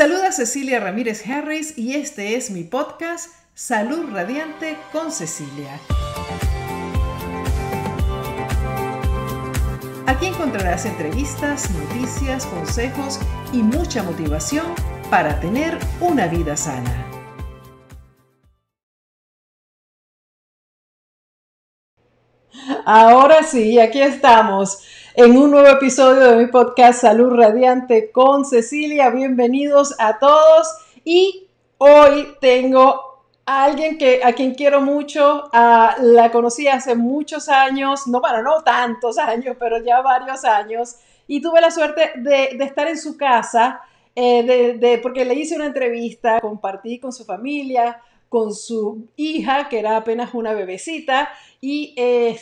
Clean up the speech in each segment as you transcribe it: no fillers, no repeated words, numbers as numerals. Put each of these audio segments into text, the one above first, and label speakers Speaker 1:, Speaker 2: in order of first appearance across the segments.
Speaker 1: Te saluda Cecilia Ramírez Harris y este es mi podcast Salud Radiante con Cecilia. Aquí encontrarás entrevistas, noticias, consejos y mucha motivación para tener una vida sana. Ahora sí, aquí estamos en un nuevo episodio de mi podcast Salud Radiante con Cecilia. Bienvenidos a todos y hoy tengo a alguien a quien quiero mucho. La conocí hace muchos años, no tantos años, pero ya varios años, y tuve la suerte de estar en su casa porque le hice una entrevista, compartí con su familia, con su hija, que era apenas una bebecita, y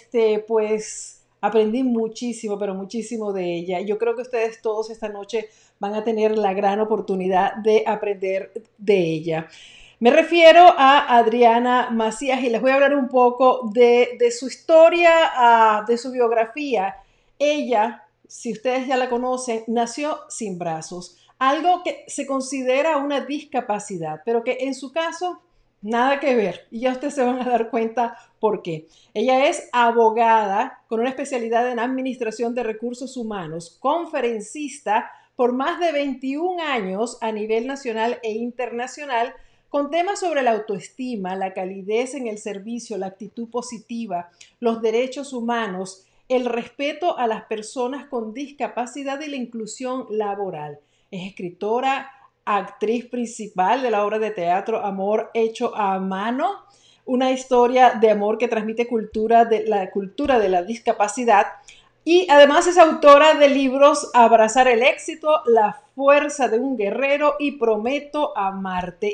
Speaker 1: pues aprendí muchísimo, pero muchísimo de ella. Yo creo que ustedes todos esta noche van a tener la gran oportunidad de aprender de ella. Me refiero a Adriana Macías y les voy a hablar un poco de su historia, de su biografía. Ella, si ustedes ya la conocen, nació sin brazos, algo que se considera una discapacidad, pero que en su caso nada que ver, y ya ustedes se van a dar cuenta por qué. Ella es abogada con una especialidad en administración de recursos humanos, conferencista por más de 21 años a nivel nacional e internacional, con temas sobre la autoestima, la calidez en el servicio, la actitud positiva, los derechos humanos, el respeto a las personas con discapacidad y la inclusión laboral. Es escritora, actriz principal de la obra de teatro Amor hecho a mano, una historia de amor que transmite la cultura de la discapacidad, y además es autora de libros Abrazar el éxito, La fuerza de un guerrero y Prometo amarme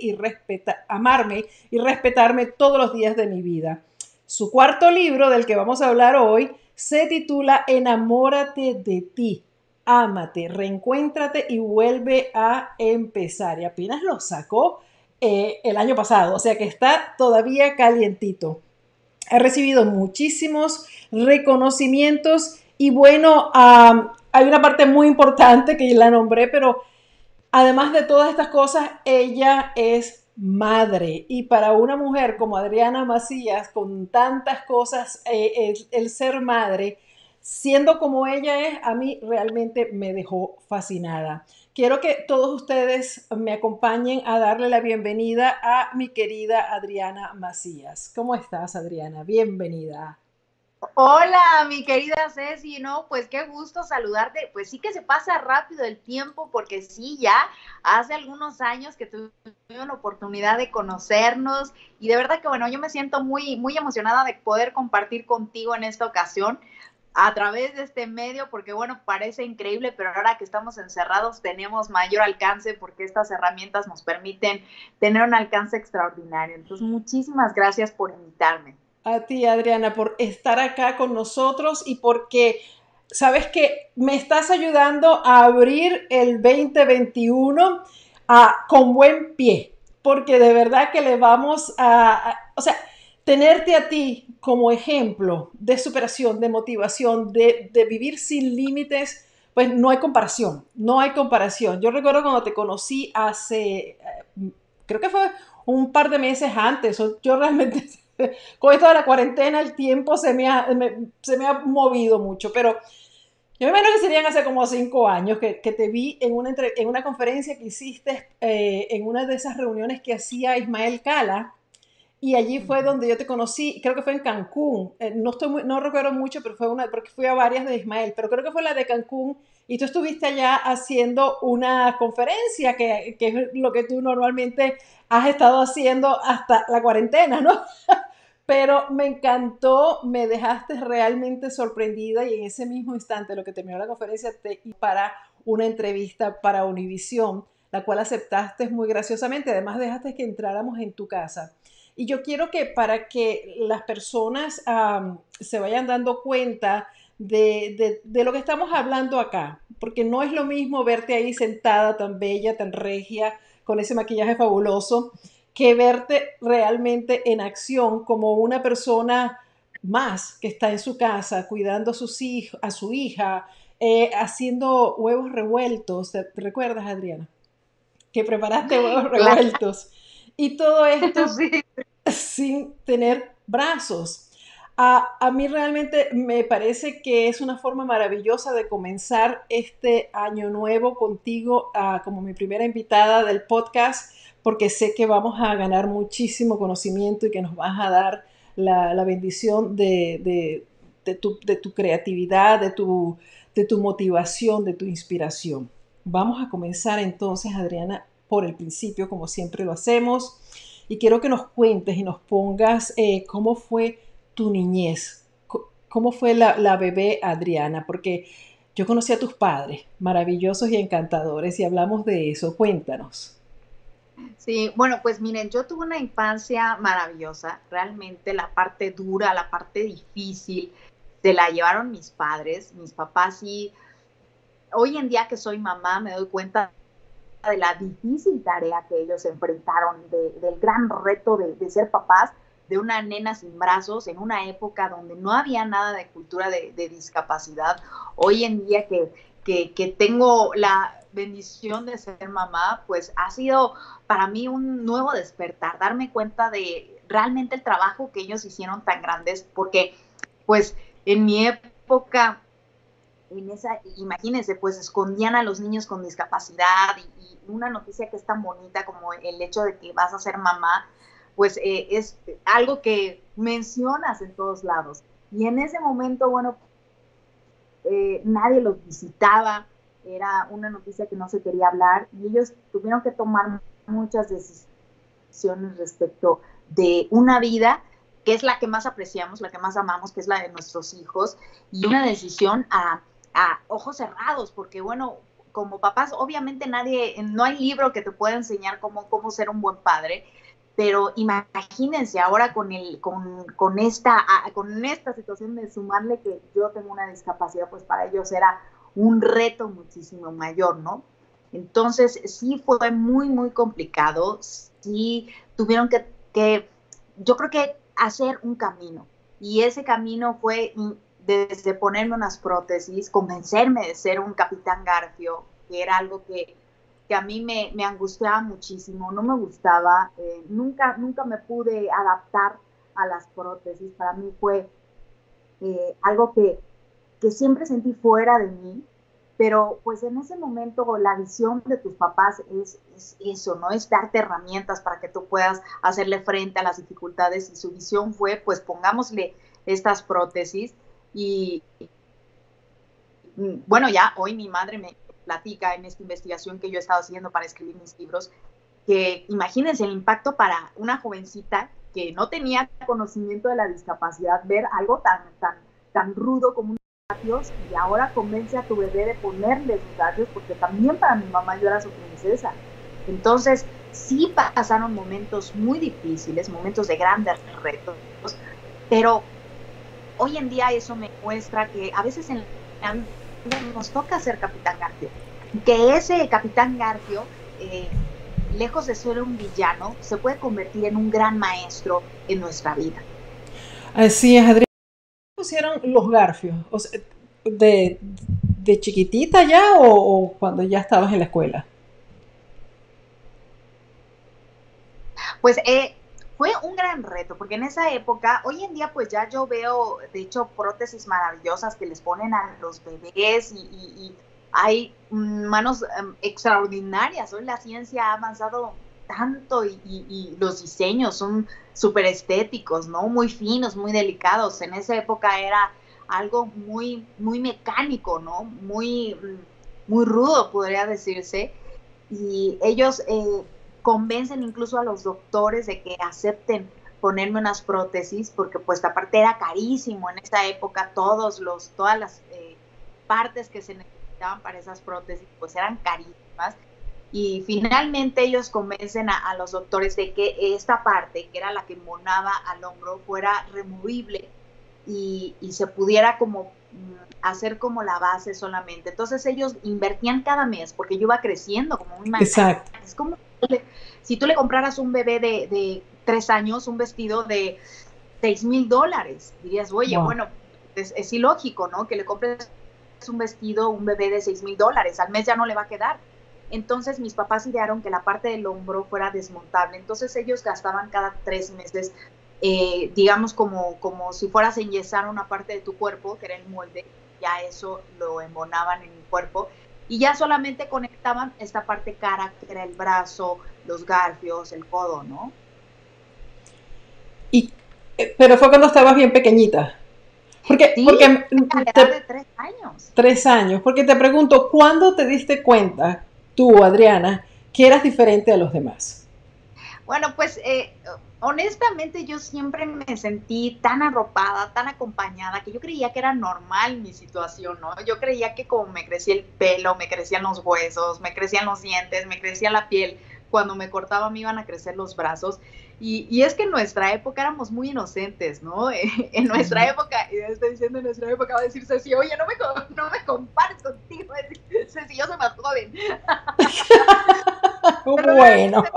Speaker 1: y respetarme todos los días de mi vida. Su cuarto libro, del que vamos a hablar hoy, se titula Enamórate de ti. Ámate, reencuéntrate y vuelve a empezar. Y apenas lo sacó el año pasado, o sea que está todavía calientito. Ha recibido muchísimos reconocimientos y bueno, hay una parte muy importante que la nombré, pero además de todas estas cosas, ella es madre. Y para una mujer como Adriana Macías, con tantas cosas, el ser madre, siendo como ella es, a mí realmente me dejó fascinada. Quiero que todos ustedes me acompañen a darle la bienvenida a mi querida Adriana Macías. ¿Cómo estás, Adriana? Bienvenida.
Speaker 2: Hola, mi querida Ceci, no, pues qué gusto saludarte. Pues sí que se pasa rápido el tiempo, porque sí, ya hace algunos años que tuvimos la oportunidad de conocernos y de verdad que bueno, yo me siento muy emocionada de poder compartir contigo en esta ocasión a través de este medio, porque bueno, parece increíble, pero ahora que estamos encerrados tenemos mayor alcance porque estas herramientas nos permiten tener un alcance extraordinario. Entonces, muchísimas gracias por invitarme.
Speaker 1: A ti, Adriana, por estar acá con nosotros y porque sabes que me estás ayudando a abrir el 2021 con buen pie, porque de verdad que le vamos o sea, tenerte a ti como ejemplo de superación, de motivación, de vivir sin límites, pues no hay comparación, no hay comparación. Yo recuerdo cuando te conocí creo que fue un par de meses antes, yo realmente con esto de la cuarentena el tiempo se me ha movido mucho, pero yo me imagino que serían hace como 5 años que te vi en una conferencia que hiciste en una de esas reuniones que hacía Ismael Cala, y allí fue donde yo te conocí, creo que fue en Cancún, no recuerdo mucho, pero porque fui a varias de Ismael, pero creo que fue la de Cancún, y tú estuviste allá haciendo una conferencia, que es lo que tú normalmente has estado haciendo hasta la cuarentena, ¿no? Pero me encantó, me dejaste realmente sorprendida, y en ese mismo instante, lo que terminó la conferencia, te para una entrevista para Univisión, la cual aceptaste muy graciosamente. Además, dejaste que entráramos en tu casa. Y yo quiero que para que las personas se vayan dando cuenta de lo que estamos hablando acá, porque no es lo mismo verte ahí sentada tan bella, tan regia, con ese maquillaje fabuloso, que verte realmente en acción como una persona más que está en su casa cuidando a su hija, haciendo huevos revueltos. ¿Te recuerdas, Adriana? que preparaste huevos revueltos. Y todo esto
Speaker 2: Sí.
Speaker 1: sin tener brazos. A mí realmente me parece que es una forma maravillosa de comenzar este año nuevo contigo como mi primera invitada del podcast, porque sé que vamos a ganar muchísimo conocimiento y que nos vas a dar la bendición de tu creatividad, de tu motivación, de tu inspiración. Vamos a comenzar entonces, Adriana, por el principio, como siempre lo hacemos. Y quiero que nos cuentes y nos pongas cómo fue tu niñez, cómo fue la bebé Adriana, porque yo conocí a tus padres, maravillosos y encantadores, y hablamos de eso. Cuéntanos.
Speaker 2: Sí, bueno, pues miren, yo tuve una infancia maravillosa, realmente la parte dura, la parte difícil, se la llevaron mis padres, mis papás sí. Hoy en día que soy mamá me doy cuenta de la difícil tarea que ellos enfrentaron, del gran reto de ser papás de una nena sin brazos en una época donde no había nada de cultura de discapacidad. Hoy en día que tengo la bendición de ser mamá, pues ha sido para mí un nuevo despertar, darme cuenta de realmente el trabajo que ellos hicieron tan grandes, porque pues en mi época en esa, imagínense, pues escondían a los niños con discapacidad y una noticia que es tan bonita como el hecho de que vas a ser mamá, pues es algo que mencionas en todos lados. Y en ese momento, bueno, nadie los visitaba, era una noticia que no se quería hablar y ellos tuvieron que tomar muchas decisiones respecto de una vida que es la que más apreciamos, la que más amamos, que es la de nuestros hijos, y una decisión a ojos cerrados, porque bueno, como papás, obviamente no hay libro que te pueda enseñar cómo ser un buen padre, pero imagínense ahora con esta situación de sumarle que yo tengo una discapacidad, pues para ellos era un reto muchísimo mayor, ¿no? Entonces sí fue muy, muy complicado, sí tuvieron que yo creo que hacer un camino, y ese camino fue desde ponerme unas prótesis, convencerme de ser un Capitán Garfio, que era algo que a mí me angustiaba muchísimo, no me gustaba, nunca me pude adaptar a las prótesis, para mí fue algo que siempre sentí fuera de mí, pero pues en ese momento la visión de tus papás es eso, ¿no? Es darte herramientas para que tú puedas hacerle frente a las dificultades, y su visión fue, pues pongámosle estas prótesis. Y bueno, ya hoy mi madre me platica en esta investigación que yo he estado haciendo para escribir mis libros, que imagínense el impacto para una jovencita que no tenía conocimiento de la discapacidad, ver algo tan rudo como un labios, y ahora convence a tu bebé de ponerle sus labios, porque también para mi mamá yo era su princesa. Entonces, sí pasaron momentos muy difíciles, momentos de grandes retos, pero hoy en día eso me muestra que a veces en la vida nos toca ser Capitán Garfio, que ese Capitán Garfio, lejos de ser un villano, se puede convertir en un gran maestro en nuestra vida.
Speaker 1: Así es, Adriana. ¿Pusieron los garfios? O sea, de chiquitita ya o cuando ya estabas en la escuela?
Speaker 2: Pues fue un gran reto, porque en esa época, hoy en día pues ya yo veo, de hecho, prótesis maravillosas que les ponen a los bebés y hay manos extraordinarias. Hoy la ciencia ha avanzado tanto y los diseños son súper estéticos, ¿no? Muy finos, muy delicados. En esa época era algo muy, muy mecánico, ¿no? Muy rudo, podría decirse. Y ellos convencen incluso a los doctores de que acepten ponerme unas prótesis, porque pues aparte era carísimo en esa época, todas las partes que se necesitaban para esas prótesis pues eran carísimas, y finalmente ellos convencen a los doctores de que esta parte, que era la que monaba al hombro, fuera removible y se pudiera como hacer como la base solamente. Entonces ellos invertían cada mes, porque yo iba creciendo como una...
Speaker 1: Exacto.
Speaker 2: Es como si tú le compraras un bebé de 3 años un vestido de $6,000, dirías, oye,
Speaker 1: Wow.
Speaker 2: bueno, es ilógico, ¿no? Que le compres un vestido, un bebé de $6,000, al mes ya no le va a quedar. Entonces mis papás idearon que la parte del hombro fuera desmontable. Entonces ellos gastaban cada 3 meses, digamos, como si fueras a enyesar una parte de tu cuerpo, que era el molde, ya eso lo embonaban en mi cuerpo, y ya solamente conectaban esta parte cara, que era el brazo, los garfios, el codo, ¿no?
Speaker 1: Y, pero fue cuando estabas bien pequeñita. Porque,
Speaker 2: Sí,
Speaker 1: porque
Speaker 2: a la edad de 3 años.
Speaker 1: 3 años, porque te pregunto, ¿cuándo te diste cuenta, tú, Adriana, que eras diferente a los demás?
Speaker 2: Bueno, pues honestamente yo siempre me sentí tan arropada, tan acompañada, que yo creía que era normal mi situación, ¿no? Yo creía que como me crecía el pelo, me crecían los huesos, me crecían los dientes, me crecía la piel, cuando me cortaba me iban a crecer los brazos. Y es que en nuestra época éramos muy inocentes, ¿no? En nuestra época, y estoy diciendo en nuestra época, va a decir Ceci, oye, no me compares contigo, Ceci, yo soy más joven. Pero
Speaker 1: Bueno,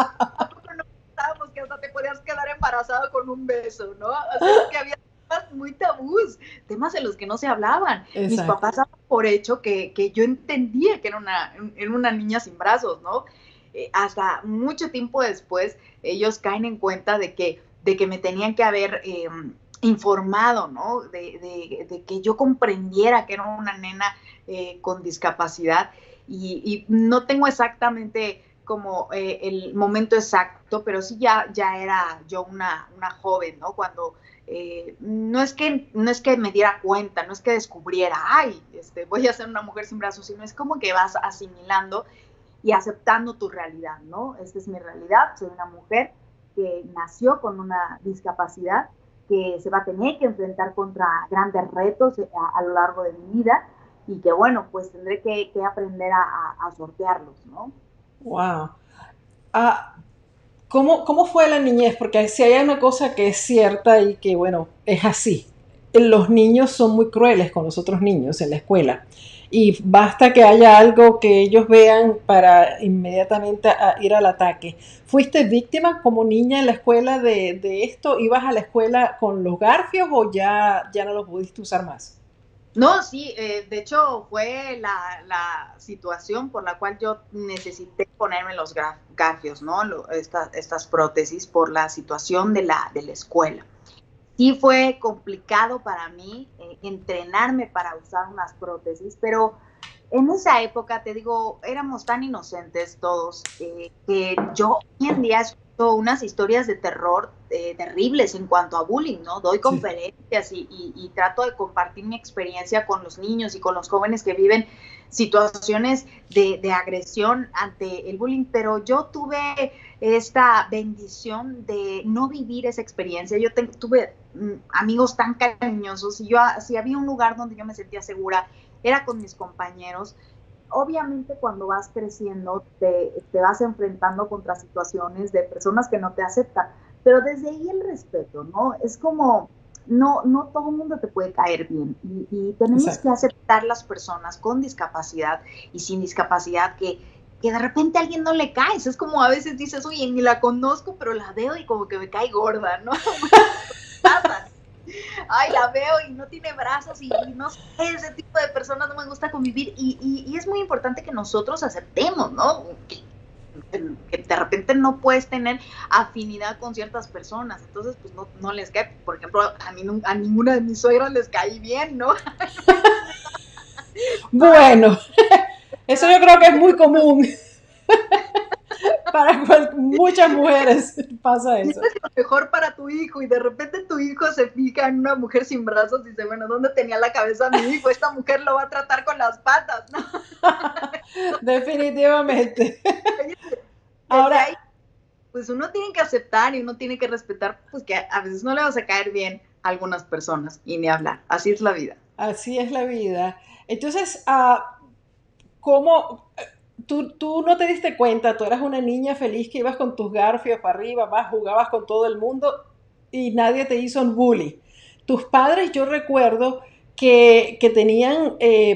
Speaker 2: no pensábamos que hasta te podías quedar embarazada con un beso, ¿no? O sea, es que había temas muy tabús, temas en los que no se hablaban. Mis
Speaker 1: exacto.
Speaker 2: papás daban por hecho que yo entendía que era una niña sin brazos, ¿no? Hasta mucho tiempo después, ellos caen en cuenta de que me tenían que haber informado, ¿no? De que yo comprendiera que era una nena con discapacidad y no tengo exactamente como el momento exacto, pero sí ya era yo una joven, ¿no? Cuando no es que me diera cuenta, no es que descubriera, ay, voy a ser una mujer sin brazos, sino es como que vas asimilando y aceptando tu realidad, ¿no? Esta es mi realidad, soy una mujer que nació con una discapacidad, que se va a tener que enfrentar contra grandes retos a lo largo de mi vida y que bueno, pues tendré que aprender a sortearlos, ¿no?
Speaker 1: Wow. Ah, ¿cómo fue la niñez? Porque si hay una cosa que es cierta y que, bueno, es así. Los niños son muy crueles con los otros niños en la escuela. Y basta que haya algo que ellos vean para inmediatamente ir al ataque. ¿Fuiste víctima como niña en la escuela de esto? ¿Ibas a la escuela con los garfios o ya no los pudiste usar más?
Speaker 2: No, sí, de hecho fue la situación por la cual yo necesité ponerme los garfios, ¿no? Estas prótesis por la situación de la escuela. Sí fue complicado para mí entrenarme para usar unas prótesis, pero en esa época, te digo, éramos tan inocentes todos que yo hoy en día escucho unas historias de terror terribles en cuanto a bullying, ¿no? Doy
Speaker 1: Sí.
Speaker 2: conferencias y trato de compartir mi experiencia con los niños y con los jóvenes que viven situaciones de agresión ante el bullying, pero yo tuve esta bendición de no vivir esa experiencia. Yo tuve amigos tan cariñosos y si había un lugar donde yo me sentía segura, era con mis compañeros. Obviamente cuando vas creciendo te vas enfrentando contra situaciones de personas que no te aceptan, pero desde ahí el respeto, ¿no? Es como, no todo el mundo te puede caer bien y tenemos que
Speaker 1: Exacto.
Speaker 2: aceptar las personas con discapacidad y sin discapacidad que de repente a alguien no le caes. Es como a veces dices, oye, ni la conozco, pero la veo y como que me cae gorda, ¿no? Pasa. Ay, la veo y no tiene brazos y no sé, ese tipo de personas no me gusta convivir y es muy importante que nosotros aceptemos, ¿no? Que de repente no puedes tener afinidad con ciertas personas, entonces pues no les cae, por ejemplo, a ninguna de mis suegras les caí bien, ¿no? Ay,
Speaker 1: Bueno, eso yo creo que es muy común para muchas mujeres pasa eso.
Speaker 2: quieres lo mejor para tu hijo y de repente tu hijo se fija en una mujer sin brazos y dice, bueno, ¿dónde tenía la cabeza mi hijo? Esta mujer lo va a tratar con las patas, ¿no?
Speaker 1: Definitivamente.
Speaker 2: Desde
Speaker 1: Ahora,
Speaker 2: ahí, pues uno tiene que aceptar y uno tiene que respetar, pues que a veces no le vas a caer bien a algunas personas y ni hablar. Así es la vida.
Speaker 1: así es la vida. Entonces, ¿cómo? Tú no te diste cuenta, tú eras una niña feliz que ibas con tus garfios para arriba, vas, jugabas con todo el mundo y nadie te hizo un bully. Tus padres, yo recuerdo que tenían,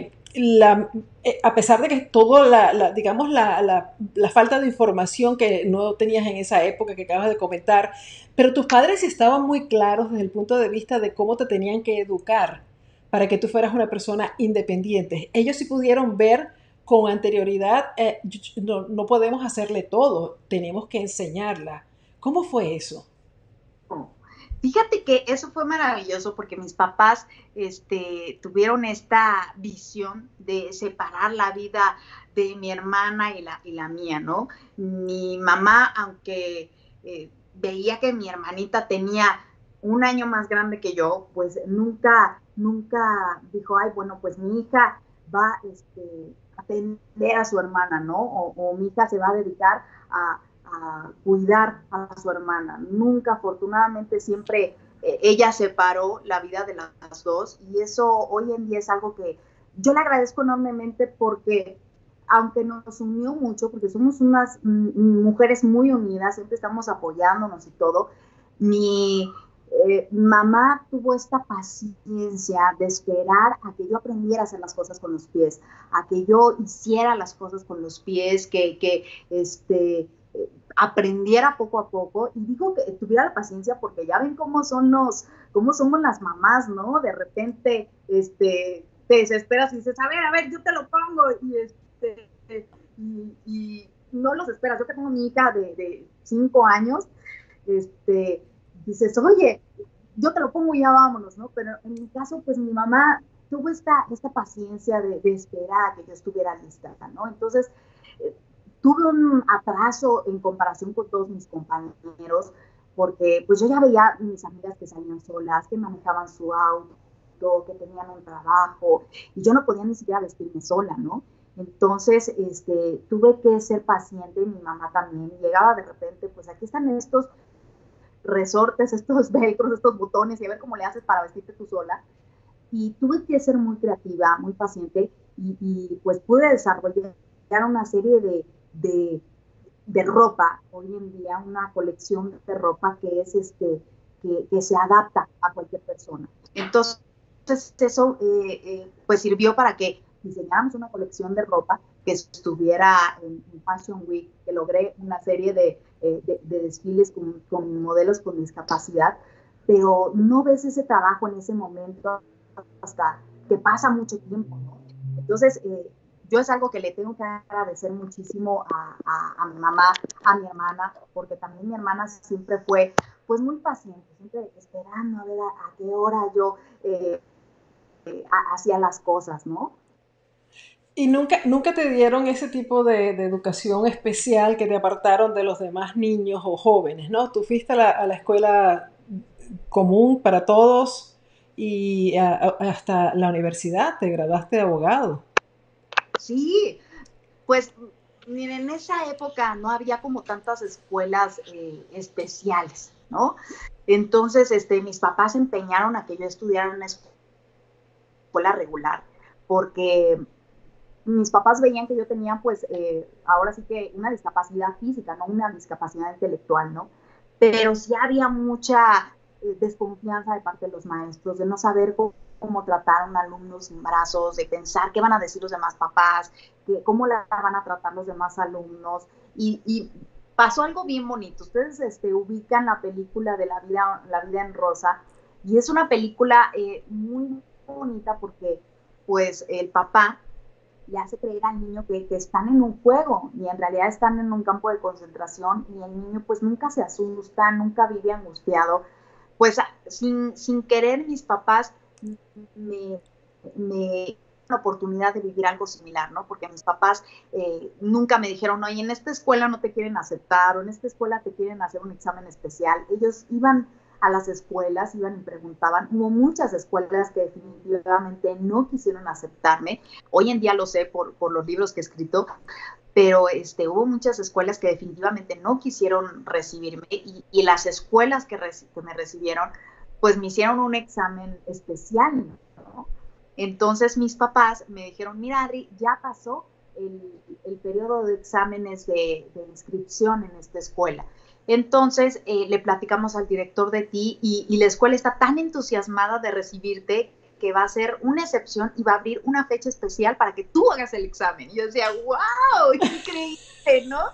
Speaker 1: a pesar de que todo, digamos, la falta de información que no tenías en esa época que acabas de comentar, pero tus padres sí estaban muy claros desde el punto de vista de cómo te tenían que educar para que tú fueras una persona independiente. Ellos sí pudieron ver con anterioridad no podemos hacerle todo, tenemos que enseñarla. ¿Cómo fue eso?
Speaker 2: Fíjate que eso fue maravilloso porque mis papás tuvieron esta visión de separar la vida de mi hermana y la mía, ¿no? Mi mamá, aunque veía que mi hermanita tenía un año más grande que yo, pues nunca dijo, ay, bueno, pues mi hija va a atender a su hermana, ¿no? O mi hija se va a dedicar a cuidar a su hermana. Nunca, afortunadamente, siempre ella separó la vida de las dos y eso hoy en día es algo que yo le agradezco enormemente porque aunque nos unió mucho, porque somos unas mujeres muy unidas, siempre estamos apoyándonos y todo, mi mamá tuvo esta paciencia de esperar a que yo aprendiera a hacer las cosas con los pies, a que yo hiciera las cosas con los pies, que aprendiera poco a poco, y digo que tuviera la paciencia porque ya ven cómo somos las mamás, ¿no? De repente, te desesperas y dices, a ver, yo te lo pongo, y no los esperas. Yo que tengo mi hija de 5 años, dices, oye, yo te lo pongo y ya vámonos, ¿no? Pero en mi caso, pues mi mamá tuvo esta paciencia de esperar a que yo estuviera lista, ¿no? Entonces, tuve un atraso en comparación con todos mis compañeros, porque pues yo ya veía mis amigas que salían solas, que manejaban su auto, que tenían un trabajo, y yo no podía ni siquiera vestirme sola, ¿no? Entonces, tuve que ser paciente, mi mamá también, llegaba de repente, pues aquí están estos resortes, estos velcros, estos botones, y a ver cómo le haces para vestirte tú sola. Y tuve que ser muy creativa, muy paciente, y pues pude desarrollar una serie de ropa, hoy en día una colección de ropa que es que se adapta a cualquier persona. Entonces eso pues sirvió para que diseñáramos una colección de ropa que estuviera en Fashion Week, que logré una serie de desfiles con modelos con discapacidad, pero no ves ese trabajo en ese momento hasta que pasa mucho tiempo, ¿no? Entonces, yo es algo que le tengo que agradecer muchísimo a mi mamá, a mi hermana, porque también mi hermana siempre fue pues muy paciente, siempre esperando a ver a qué hora yo hacía las cosas, ¿no?
Speaker 1: ¿Y nunca te dieron ese tipo de educación especial que te apartaron de los demás niños o jóvenes, ¿no? Tú fuiste a la escuela común para todos y hasta la universidad te graduaste de abogado.
Speaker 2: Sí, pues miren, en esa época no había como tantas escuelas especiales, ¿no? Entonces, mis papás se empeñaron a que yo estudiara en una escuela regular, porque mis papás veían que yo tenía, pues, ahora sí que una discapacidad física, no una discapacidad intelectual, ¿no? Pero sí había mucha desconfianza de parte de los maestros, de no saber cómo tratar a un alumno sin brazos, de pensar qué van a decir los demás papás, cómo la van a tratar los demás alumnos, y pasó algo bien bonito. Ustedes ubican la película de La vida en rosa, y es una película muy bonita porque, pues, el papá le hace creer al niño que están en un juego y en realidad están en un campo de concentración, y el niño pues nunca se asusta, nunca vive angustiado. Pues sin querer mis papás me, me la oportunidad de vivir algo similar, ¿no? Porque mis papás nunca me dijeron, no, y en esta escuela no te quieren aceptar, o en esta escuela te quieren hacer un examen especial. Ellos iban a las escuelas, iban y preguntaban. Hubo muchas escuelas que definitivamente no quisieron aceptarme. Hoy en día lo sé por los libros que he escrito, pero hubo muchas escuelas que definitivamente no quisieron recibirme, y las escuelas que me recibieron, pues me hicieron un examen especial, ¿no? Entonces mis papás me dijeron, mira, Adri, ya pasó el periodo de exámenes de inscripción en esta escuela. Entonces le platicamos al director de ti, y la escuela está tan entusiasmada de recibirte que va a ser una excepción y va a abrir una fecha especial para que tú hagas el examen. Y yo decía, wow, qué increíble, ¿no?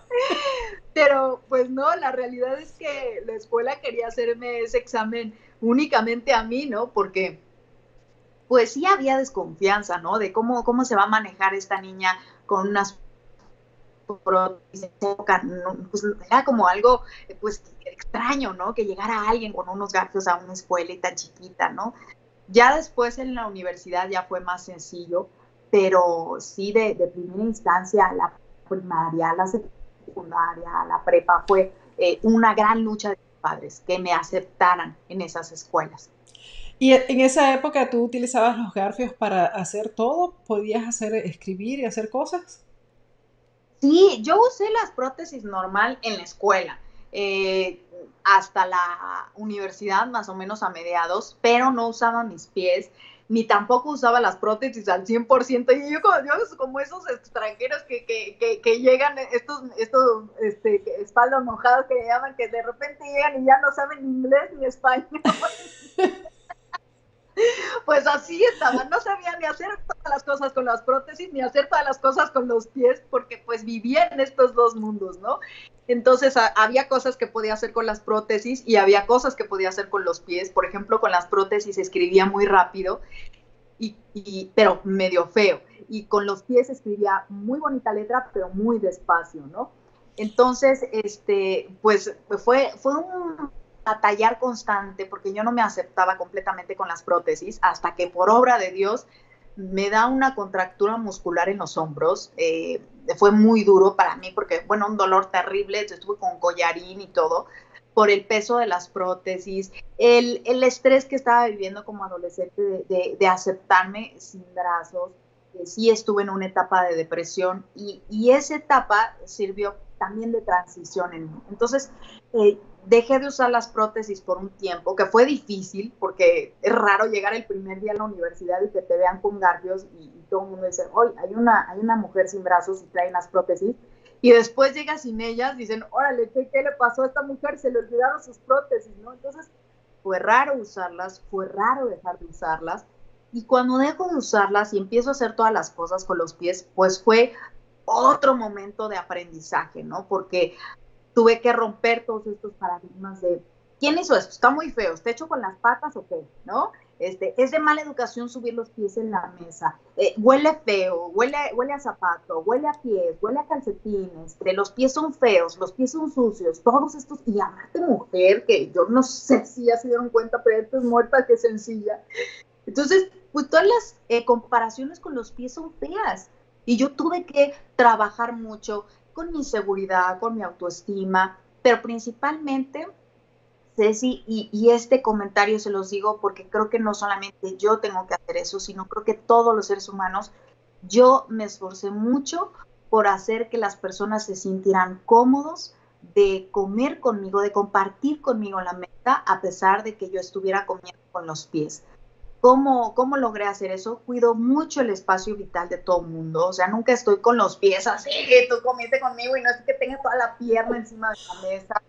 Speaker 2: Pero pues no, la realidad es que la escuela quería hacerme ese examen únicamente a mí, ¿no? Porque pues sí había desconfianza, ¿no? De cómo se va a manejar esta niña con unas prótesis en esa época, no, pues era como algo pues extraño, ¿no? Que llegara alguien con unos garfios a una escuela y tan chiquita, ¿no? Ya después en la universidad ya fue más sencillo, pero sí de primera instancia, la primaria, la secundaria, la prepa, fue una gran lucha de mis padres que me aceptaran en esas escuelas.
Speaker 1: ¿Y en esa época tú utilizabas los garfios para hacer todo? ¿Podías hacer, escribir y hacer cosas?
Speaker 2: Sí, yo usé las prótesis normal en la escuela, hasta la universidad, más o menos a mediados, pero no usaba mis pies, ni tampoco usaba las prótesis al 100%. Y yo como esos extranjeros que llegan, espaldas mojadas que llaman, que de repente llegan y ya no saben ni inglés ni español. Pues así estaba, no sabía ni hacer todas las cosas con las prótesis, ni hacer todas las cosas con los pies, porque pues vivía en estos dos mundos, ¿no? Entonces había cosas que podía hacer con las prótesis y había cosas que podía hacer con los pies. Por ejemplo, con las prótesis escribía muy rápido, pero medio feo. Y con los pies escribía muy bonita letra, pero muy despacio, ¿no? Entonces, pues fue un batallar constante porque yo no me aceptaba completamente con las prótesis hasta que por obra de Dios me da una contractura muscular en los hombros. Fue muy duro para mí porque, bueno, un dolor terrible, estuve con collarín y todo por el peso de las prótesis, el estrés que estaba viviendo como adolescente de aceptarme sin brazos. Sí estuve en una etapa de depresión y esa etapa sirvió también de transición en mí. Entonces, dejé de usar las prótesis por un tiempo, que fue difícil, porque es raro llegar el primer día a la universidad y que te vean con garfios y todo el mundo dice, oye, hay una mujer sin brazos y trae unas prótesis, y después llega sin ellas, dicen, órale, ¿qué le pasó a esta mujer? Se le olvidaron sus prótesis, ¿no? Entonces, fue raro usarlas, fue raro dejar de usarlas, y cuando dejo de usarlas y empiezo a hacer todas las cosas con los pies, pues fue otro momento de aprendizaje, ¿no? Porque tuve que romper todos estos paradigmas de ¿quién hizo esto? Está muy feo, ¿está hecho con las patas o qué? ¿No? Es de mala educación subir los pies en la mesa, huele feo, huele a zapato, huele a pies, huele a calcetines, los pies son feos, los pies son sucios, todos estos, y aparte mujer, que yo no sé si ya se dieron cuenta, pero esta es muerta que sencilla. Entonces, pues todas las comparaciones con los pies son feas. Y yo tuve que trabajar mucho con mi seguridad, con mi autoestima, pero principalmente, Ceci, y este comentario se los digo porque creo que no solamente yo tengo que hacer eso, sino creo que todos los seres humanos, yo me esforcé mucho por hacer que las personas se sintieran cómodos de comer conmigo, de compartir conmigo la mesa, a pesar de que yo estuviera comiendo con los pies. ¿Cómo logré hacer eso? Cuido mucho el espacio vital de todo el mundo, o sea, nunca estoy con los pies así, tú comiste conmigo y no es que tenga toda la pierna encima de la mesa.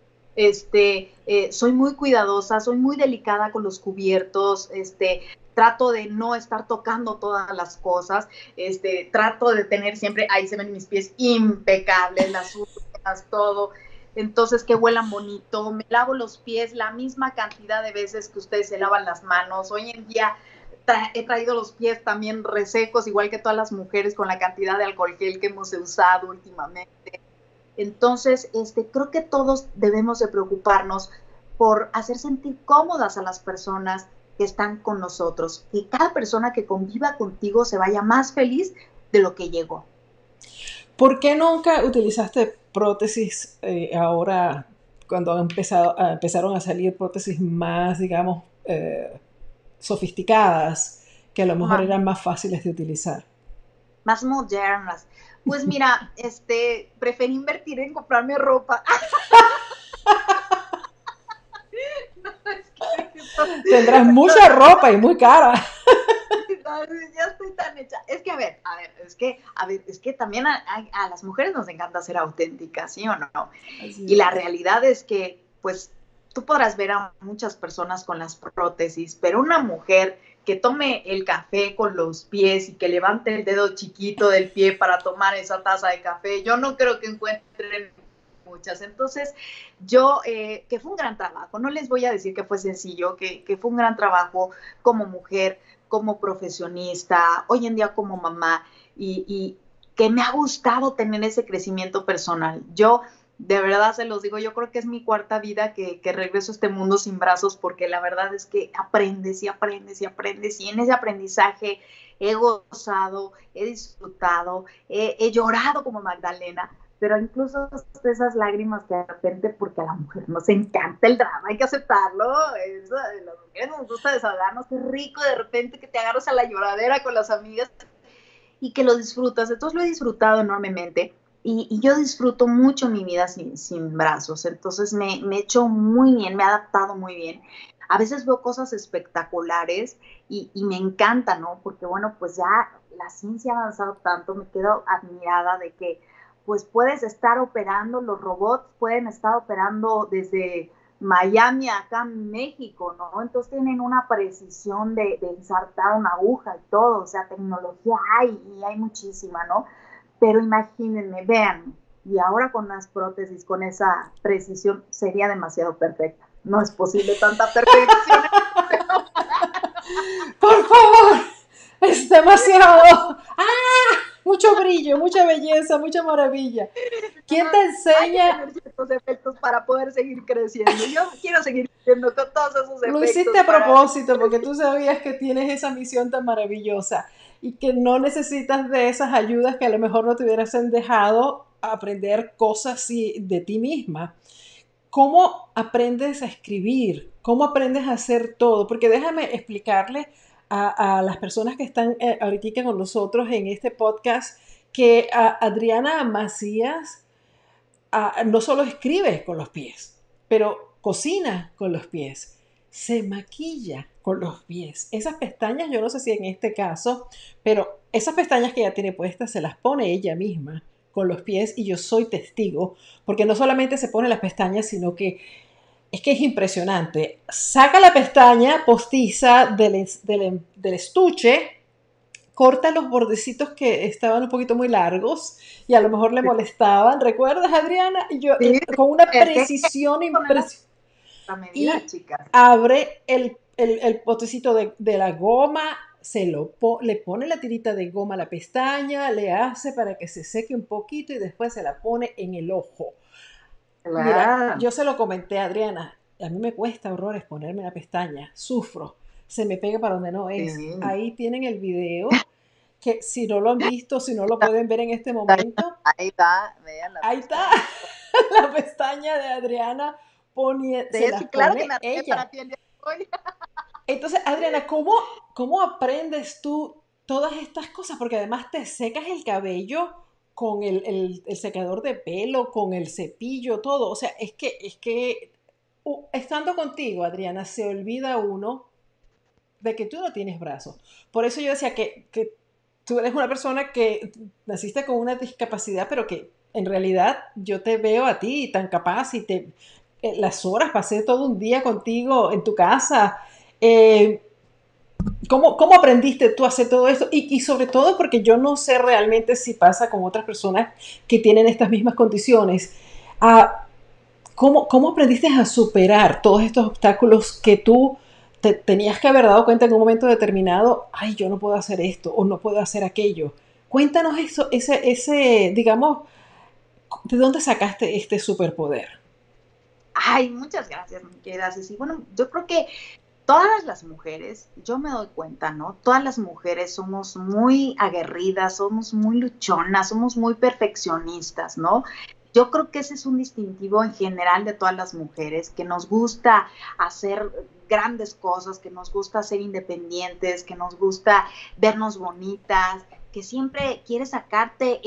Speaker 2: Soy muy cuidadosa, soy muy delicada con los cubiertos, trato de no estar tocando todas las cosas, trato de tener siempre, ahí se ven mis pies impecables, las uñas, todo. Entonces que huelan bonito, me lavo los pies la misma cantidad de veces que ustedes se lavan las manos. Hoy en día he traído los pies también resecos, igual que todas las mujeres, con la cantidad de alcohol gel que hemos usado últimamente. Entonces, creo que todos debemos de preocuparnos por hacer sentir cómodas a las personas que están con nosotros, que cada persona que conviva contigo se vaya más feliz de lo que llegó.
Speaker 1: ¿Por qué nunca utilizaste prótesis ahora cuando empezaron a salir prótesis más, digamos, sofisticadas, que a lo mejor eran más fáciles de utilizar?
Speaker 2: Más modernas. Pues mira, preferí invertir en comprarme ropa. No,
Speaker 1: Tendrás mucha ropa y muy cara.
Speaker 2: Ya estoy tan hecha. Es que, es que también a las mujeres nos encanta ser auténticas, ¿sí o no?
Speaker 1: Así
Speaker 2: Y la
Speaker 1: es.
Speaker 2: realidad es que, pues, tú podrás ver a muchas personas con las prótesis, pero una mujer que tome el café con los pies y que levante el dedo chiquito del pie para tomar esa taza de café, yo no creo que encuentren muchas. Entonces, que fue un gran trabajo, no les voy a decir que fue sencillo, que fue un gran trabajo como mujer, como profesionista, hoy en día como mamá, y que me ha gustado tener ese crecimiento personal. Yo, de verdad se los digo, yo creo que es mi cuarta vida que regreso a este mundo sin brazos, porque la verdad es que aprendes y aprendes y aprendes, y en ese aprendizaje he gozado, he disfrutado, he llorado como Magdalena, pero incluso esas lágrimas que de repente, porque a la mujer nos encanta el drama, hay que aceptarlo, eso, a las mujeres nos gusta desahogarnos, qué rico de repente que te agarras a la lloradera con las amigas y que lo disfrutas. Entonces lo he disfrutado enormemente y yo disfruto mucho mi vida sin brazos. Entonces me he hecho muy bien, me he adaptado muy bien. A veces veo cosas espectaculares y me encanta, ¿no? Porque bueno, pues ya la ciencia ha avanzado tanto, me quedo admirada de que pues puedes estar operando, los robots pueden estar operando desde Miami acá en México, ¿no? Entonces tienen una precisión de ensartar una aguja y todo, o sea, tecnología hay y hay muchísima, ¿no? Pero imagínense, vean, y ahora con las prótesis, con esa precisión, sería demasiado perfecta. No es posible tanta perfección.
Speaker 1: Por favor, es demasiado. ¡Ah! Mucho brillo, mucha belleza, mucha maravilla. ¿Quién te enseña?
Speaker 2: Hay que tener ciertos efectos para poder seguir creciendo. Yo quiero seguir creciendo con todos esos efectos.
Speaker 1: Lo hiciste a propósito porque tú sabías que tienes esa misión tan maravillosa y que no necesitas de esas ayudas que a lo mejor no te hubieran dejado aprender cosas de ti misma. ¿Cómo aprendes a escribir? ¿Cómo aprendes a hacer todo? Porque déjame explicarle a las personas que están ahorita con nosotros en este podcast que Adriana Macías no solo escribe con los pies, pero cocina con los pies, se maquilla con los pies. Esas pestañas, yo no sé si en este caso, pero esas pestañas que ella tiene puestas se las pone ella misma con los pies y yo soy testigo, porque no solamente se pone las pestañas, sino que es impresionante. Saca la pestaña postiza del estuche, corta los bordecitos que estaban un poquito muy largos y a lo mejor le molestaban. ¿Recuerdas, Adriana? Y yo,
Speaker 2: Sí,
Speaker 1: con una precisión impresionante.
Speaker 2: medida,
Speaker 1: Y
Speaker 2: chicas.
Speaker 1: abre el potecito de la goma, le pone la tirita de goma a la pestaña, le hace para que se seque un poquito y después se la pone en el ojo. Mira,
Speaker 2: Claro.
Speaker 1: yo se lo comenté a Adriana, a mí me cuesta horrores ponerme la pestaña, sufro, se me pega para donde no es.
Speaker 2: Sí.
Speaker 1: Ahí tienen el video, que si no lo han visto, si no lo pueden ver en este momento,
Speaker 2: Ahí va, vean la
Speaker 1: ahí está
Speaker 2: pestaña.
Speaker 1: la pestaña de Adriana, se
Speaker 2: Sí,
Speaker 1: las
Speaker 2: sí, claro que
Speaker 1: pone
Speaker 2: me arreglé
Speaker 1: ella.
Speaker 2: para ti el día de hoy.
Speaker 1: Entonces, Adriana, ¿cómo aprendes tú todas estas cosas? Porque además te secas el cabello con el secador de pelo, con el cepillo, todo. O sea, es que estando contigo, Adriana, se olvida uno de que tú no tienes brazos. Por eso yo decía que tú eres una persona que naciste con una discapacidad, pero que en realidad yo te veo a ti tan capaz y las horas, pasé todo un día contigo en tu casa. Eh, ¿Cómo aprendiste tú a hacer todo esto? Y sobre todo porque yo no sé realmente si pasa con otras personas que tienen estas mismas condiciones. Ah, ¿cómo aprendiste a superar todos estos obstáculos que tú tenías que haber dado cuenta en un momento determinado? Ay, yo no puedo hacer esto o no puedo hacer aquello. Cuéntanos eso, digamos, ¿de dónde sacaste este superpoder?
Speaker 2: Ay, muchas gracias, mi querida Ceci. Bueno, yo creo que todas las mujeres, yo me doy cuenta, ¿no? Todas las mujeres somos muy aguerridas, somos muy luchonas, somos muy perfeccionistas, ¿no? Yo creo que ese es un distintivo en general de todas las mujeres, que nos gusta hacer grandes cosas, que nos gusta ser independientes, que nos gusta vernos bonitas, que siempre quiere sacarte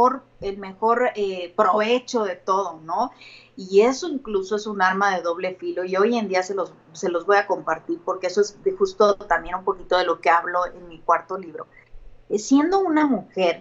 Speaker 2: el mejor provecho de todo, ¿no? Y eso incluso es un arma de doble filo y hoy en día se los voy a compartir porque eso es justo también un poquito de lo que hablo en mi cuarto libro. Siendo una mujer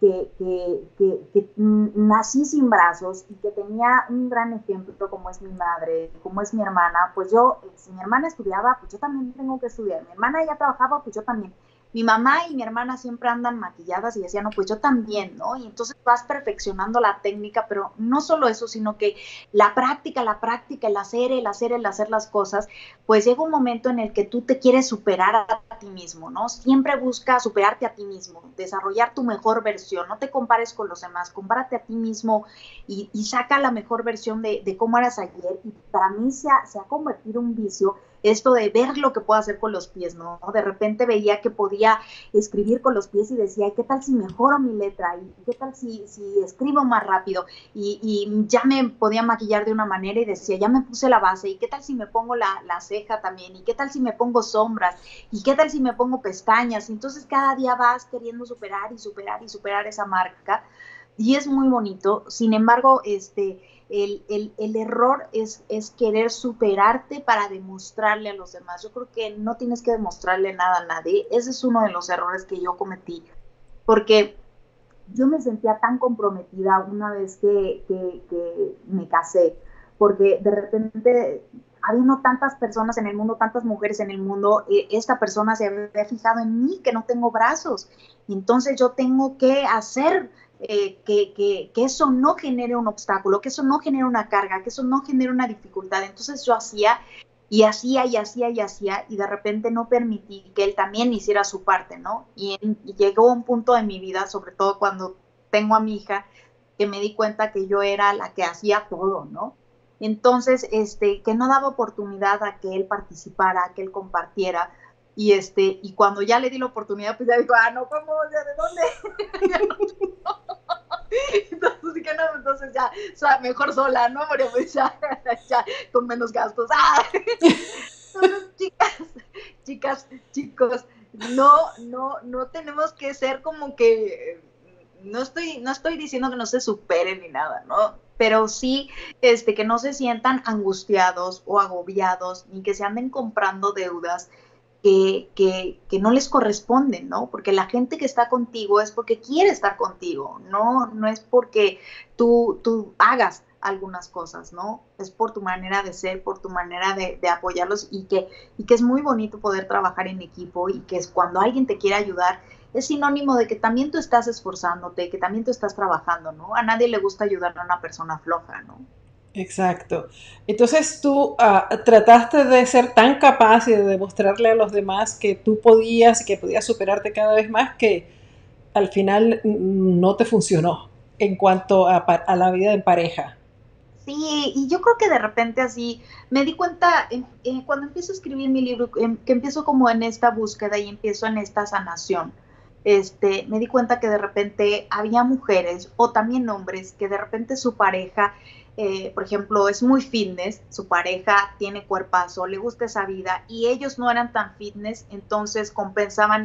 Speaker 2: que nací sin brazos y que tenía un gran ejemplo como es mi madre, como es mi hermana, pues yo, si mi hermana estudiaba, pues yo también tengo que estudiar. Mi hermana ya trabajaba, pues yo también. mi mamá y mi hermana siempre andan maquilladas y decían, no, pues yo también, ¿no? Y entonces vas perfeccionando la técnica, pero no solo eso, sino que la práctica, el hacer las cosas, pues llega un momento en el que tú te quieres superar a ti mismo, ¿no? Siempre busca superarte a ti mismo, desarrollar tu mejor versión, no te compares con los demás, compárate a ti mismo y saca la mejor versión de cómo eras ayer. Y para mí se ha convertido en un vicio esto de ver lo que puedo hacer con los pies, ¿no? De repente veía que podía escribir con los pies y decía, ¿qué tal si mejoro mi letra? ¿Y qué tal si escribo más rápido? Y ya me podía maquillar de una manera y decía, ya me puse la base, ¿y qué tal si me pongo la ceja también? ¿Y qué tal si me pongo sombras? ¿Y qué tal si me pongo pestañas? Y entonces cada día vas queriendo superar esa marca y es muy bonito. Sin embargo, el error es querer superarte para demostrarle a los demás. Yo creo que no tienes que demostrarle nada a nadie. Ese es uno de los errores que yo cometí, porque yo me sentía tan comprometida una vez que me casé, porque de repente, habiendo tantas personas en el mundo, tantas mujeres en el mundo, esta persona se había fijado en mí, que no tengo brazos, y entonces yo tengo que hacer que eso no genere un obstáculo, que eso no genere una carga, que eso no genere una dificultad. Entonces yo hacía y de repente no permití que él también hiciera su parte, ¿no? Y llegó un punto de mi vida, sobre todo cuando tengo a mi hija, que me di cuenta que yo era la que hacía todo, ¿no? Entonces, que no daba oportunidad a que él participara, a que él compartiera, y cuando ya le di la oportunidad, pues ya dijo, no, ¿cómo? ¿De dónde? Entonces dije, no, entonces ya, o sea, mejor sola, ¿no? Porque pues ya con menos gastos. Entonces, chicos, no tenemos que ser como que, no estoy diciendo que no se superen ni nada, ¿no? Pero sí, que no se sientan angustiados o agobiados, ni que se anden comprando deudas que no les corresponden, ¿no? Porque la gente que está contigo es porque quiere estar contigo, no es porque tú hagas algunas cosas, ¿no? Es por tu manera de ser, por tu manera de apoyarlos y que es muy bonito poder trabajar en equipo y que es cuando alguien te quiere ayudar, es sinónimo de que también tú estás esforzándote, que también tú estás trabajando, ¿no? A nadie le gusta ayudar a una persona floja, ¿no?
Speaker 1: Exacto. Entonces tú trataste de ser tan capaz y de demostrarle a los demás que tú podías y que podías superarte cada vez más que al final no te funcionó en cuanto a la vida en pareja.
Speaker 2: Sí, y yo creo que de repente así me di cuenta cuando empiezo a escribir mi libro, que empiezo como en esta búsqueda y empiezo en esta sanación. Me di cuenta que de repente había mujeres o también hombres que de repente su pareja, por ejemplo, es muy fitness, su pareja tiene cuerpazo, le gusta esa vida y ellos no eran tan fitness, entonces compensaban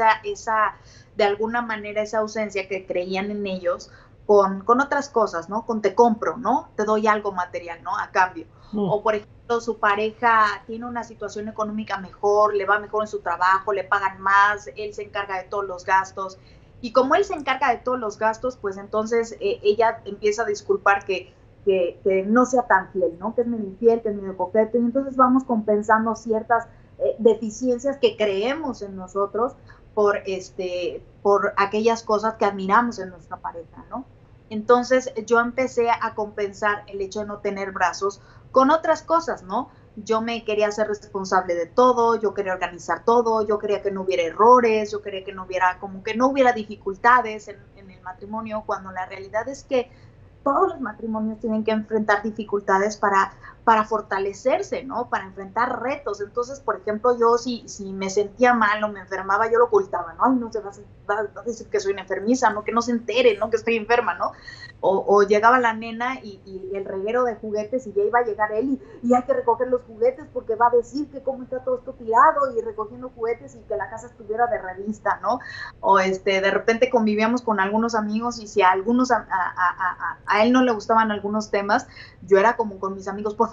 Speaker 2: de alguna manera esa ausencia que creían en ellos con otras cosas, ¿no? Con te compro, ¿no? Te doy algo material, ¿no? A cambio. O, por ejemplo, su pareja tiene una situación económica mejor, le va mejor en su trabajo, le pagan más, él se encarga de todos los gastos. Y como él se encarga de todos los gastos, pues entonces ella empieza a disculpar que no sea tan fiel, ¿no? Que es medio infiel, que es medio coqueto. Y entonces vamos compensando ciertas deficiencias que creemos en nosotros por aquellas cosas que admiramos en nuestra pareja, ¿no? Entonces yo empecé a compensar el hecho de no tener brazos con otras cosas, ¿no? Yo me quería ser responsable de todo, yo quería organizar todo, yo quería que no hubiera errores, yo quería que no hubiera dificultades en el matrimonio, cuando la realidad es que todos los matrimonios tienen que enfrentar dificultades para fortalecerse, ¿no? Para enfrentar retos. Entonces, por ejemplo, yo si me sentía mal o me enfermaba, yo lo ocultaba, ¿no? Ay, no se va a decir que soy una enfermiza, ¿no? Que no se entere, ¿no? Que estoy enferma, ¿no? O llegaba la nena y el reguero de juguetes y ya iba a llegar él y hay que recoger los juguetes porque va a decir que cómo está todo esto tirado y recogiendo juguetes y que la casa estuviera de revista, ¿no? O de repente convivíamos con algunos amigos y si a algunos a él no le gustaban algunos temas, yo era como con mis amigos, por favor,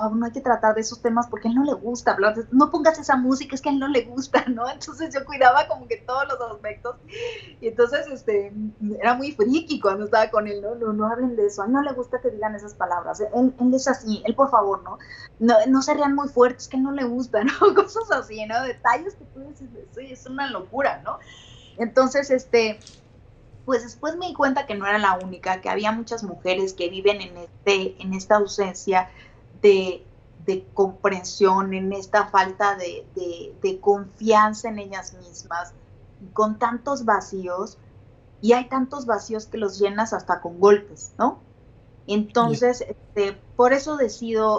Speaker 2: favor, no hay que tratar de esos temas porque a él no le gusta hablar, no pongas esa música, es que a él no le gusta, ¿no? Entonces yo cuidaba como que todos los aspectos, y entonces era muy friki cuando estaba con él, no hablen de eso, a él no le gusta que digan esas palabras, él es así, él por favor, no se rían muy fuerte, es que a él no le gusta, ¿no? Cosas así, ¿no? Detalles que tú dices, sí, es una locura, ¿no? Entonces, pues después me di cuenta que no era la única, que había muchas mujeres que viven en esta ausencia de comprensión, en esta falta de confianza en ellas mismas, con tantos vacíos, y hay tantos vacíos que los llenas hasta con golpes, ¿no? Entonces, por eso decido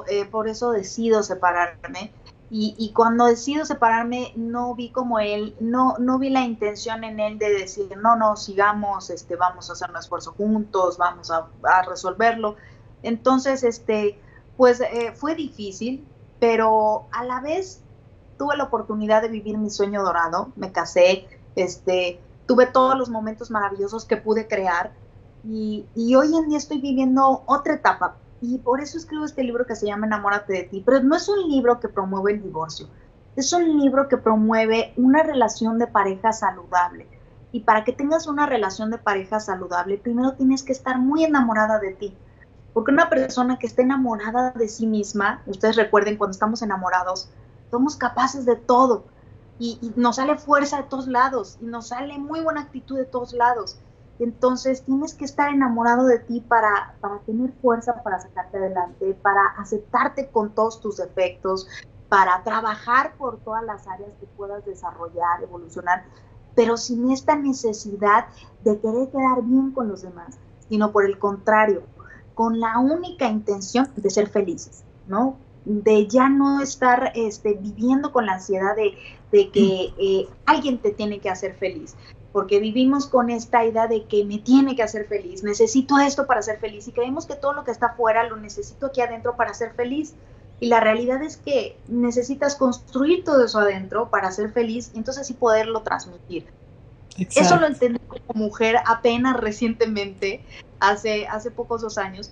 Speaker 2: separarme. Y cuando decido separarme, no vi como él, no vi la intención en él de decir, no, sigamos, vamos a hacer un esfuerzo juntos, vamos a resolverlo. Entonces, pues fue difícil, pero a la vez tuve la oportunidad de vivir mi sueño dorado, me casé, tuve todos los momentos maravillosos que pude crear, y hoy en día estoy viviendo otra etapa. Y por eso escribo este libro que se llama Enamórate de ti, pero no es un libro que promueve el divorcio, es un libro que promueve una relación de pareja saludable. Y para que tengas una relación de pareja saludable, primero tienes que estar muy enamorada de ti, porque una persona que esté enamorada de sí misma, ustedes recuerden, cuando estamos enamorados, somos capaces de todo, y nos sale fuerza de todos lados, y nos sale muy buena actitud de todos lados. Entonces tienes que estar enamorado de ti para tener fuerza para sacarte adelante, para aceptarte con todos tus defectos, para trabajar por todas las áreas que puedas desarrollar, evolucionar, pero sin esta necesidad de querer quedar bien con los demás, sino por el contrario, con la única intención de ser felices, ¿no? De ya no estar viviendo con la ansiedad de que alguien te tiene que hacer feliz, porque vivimos con esta idea de que me tiene que hacer feliz, necesito esto para ser feliz, y creemos que todo lo que está afuera lo necesito aquí adentro para ser feliz, y la realidad es que necesitas construir todo eso adentro para ser feliz, y entonces sí poderlo transmitir. Exacto. Eso lo entendí como mujer apenas recientemente, hace pocos 2 años,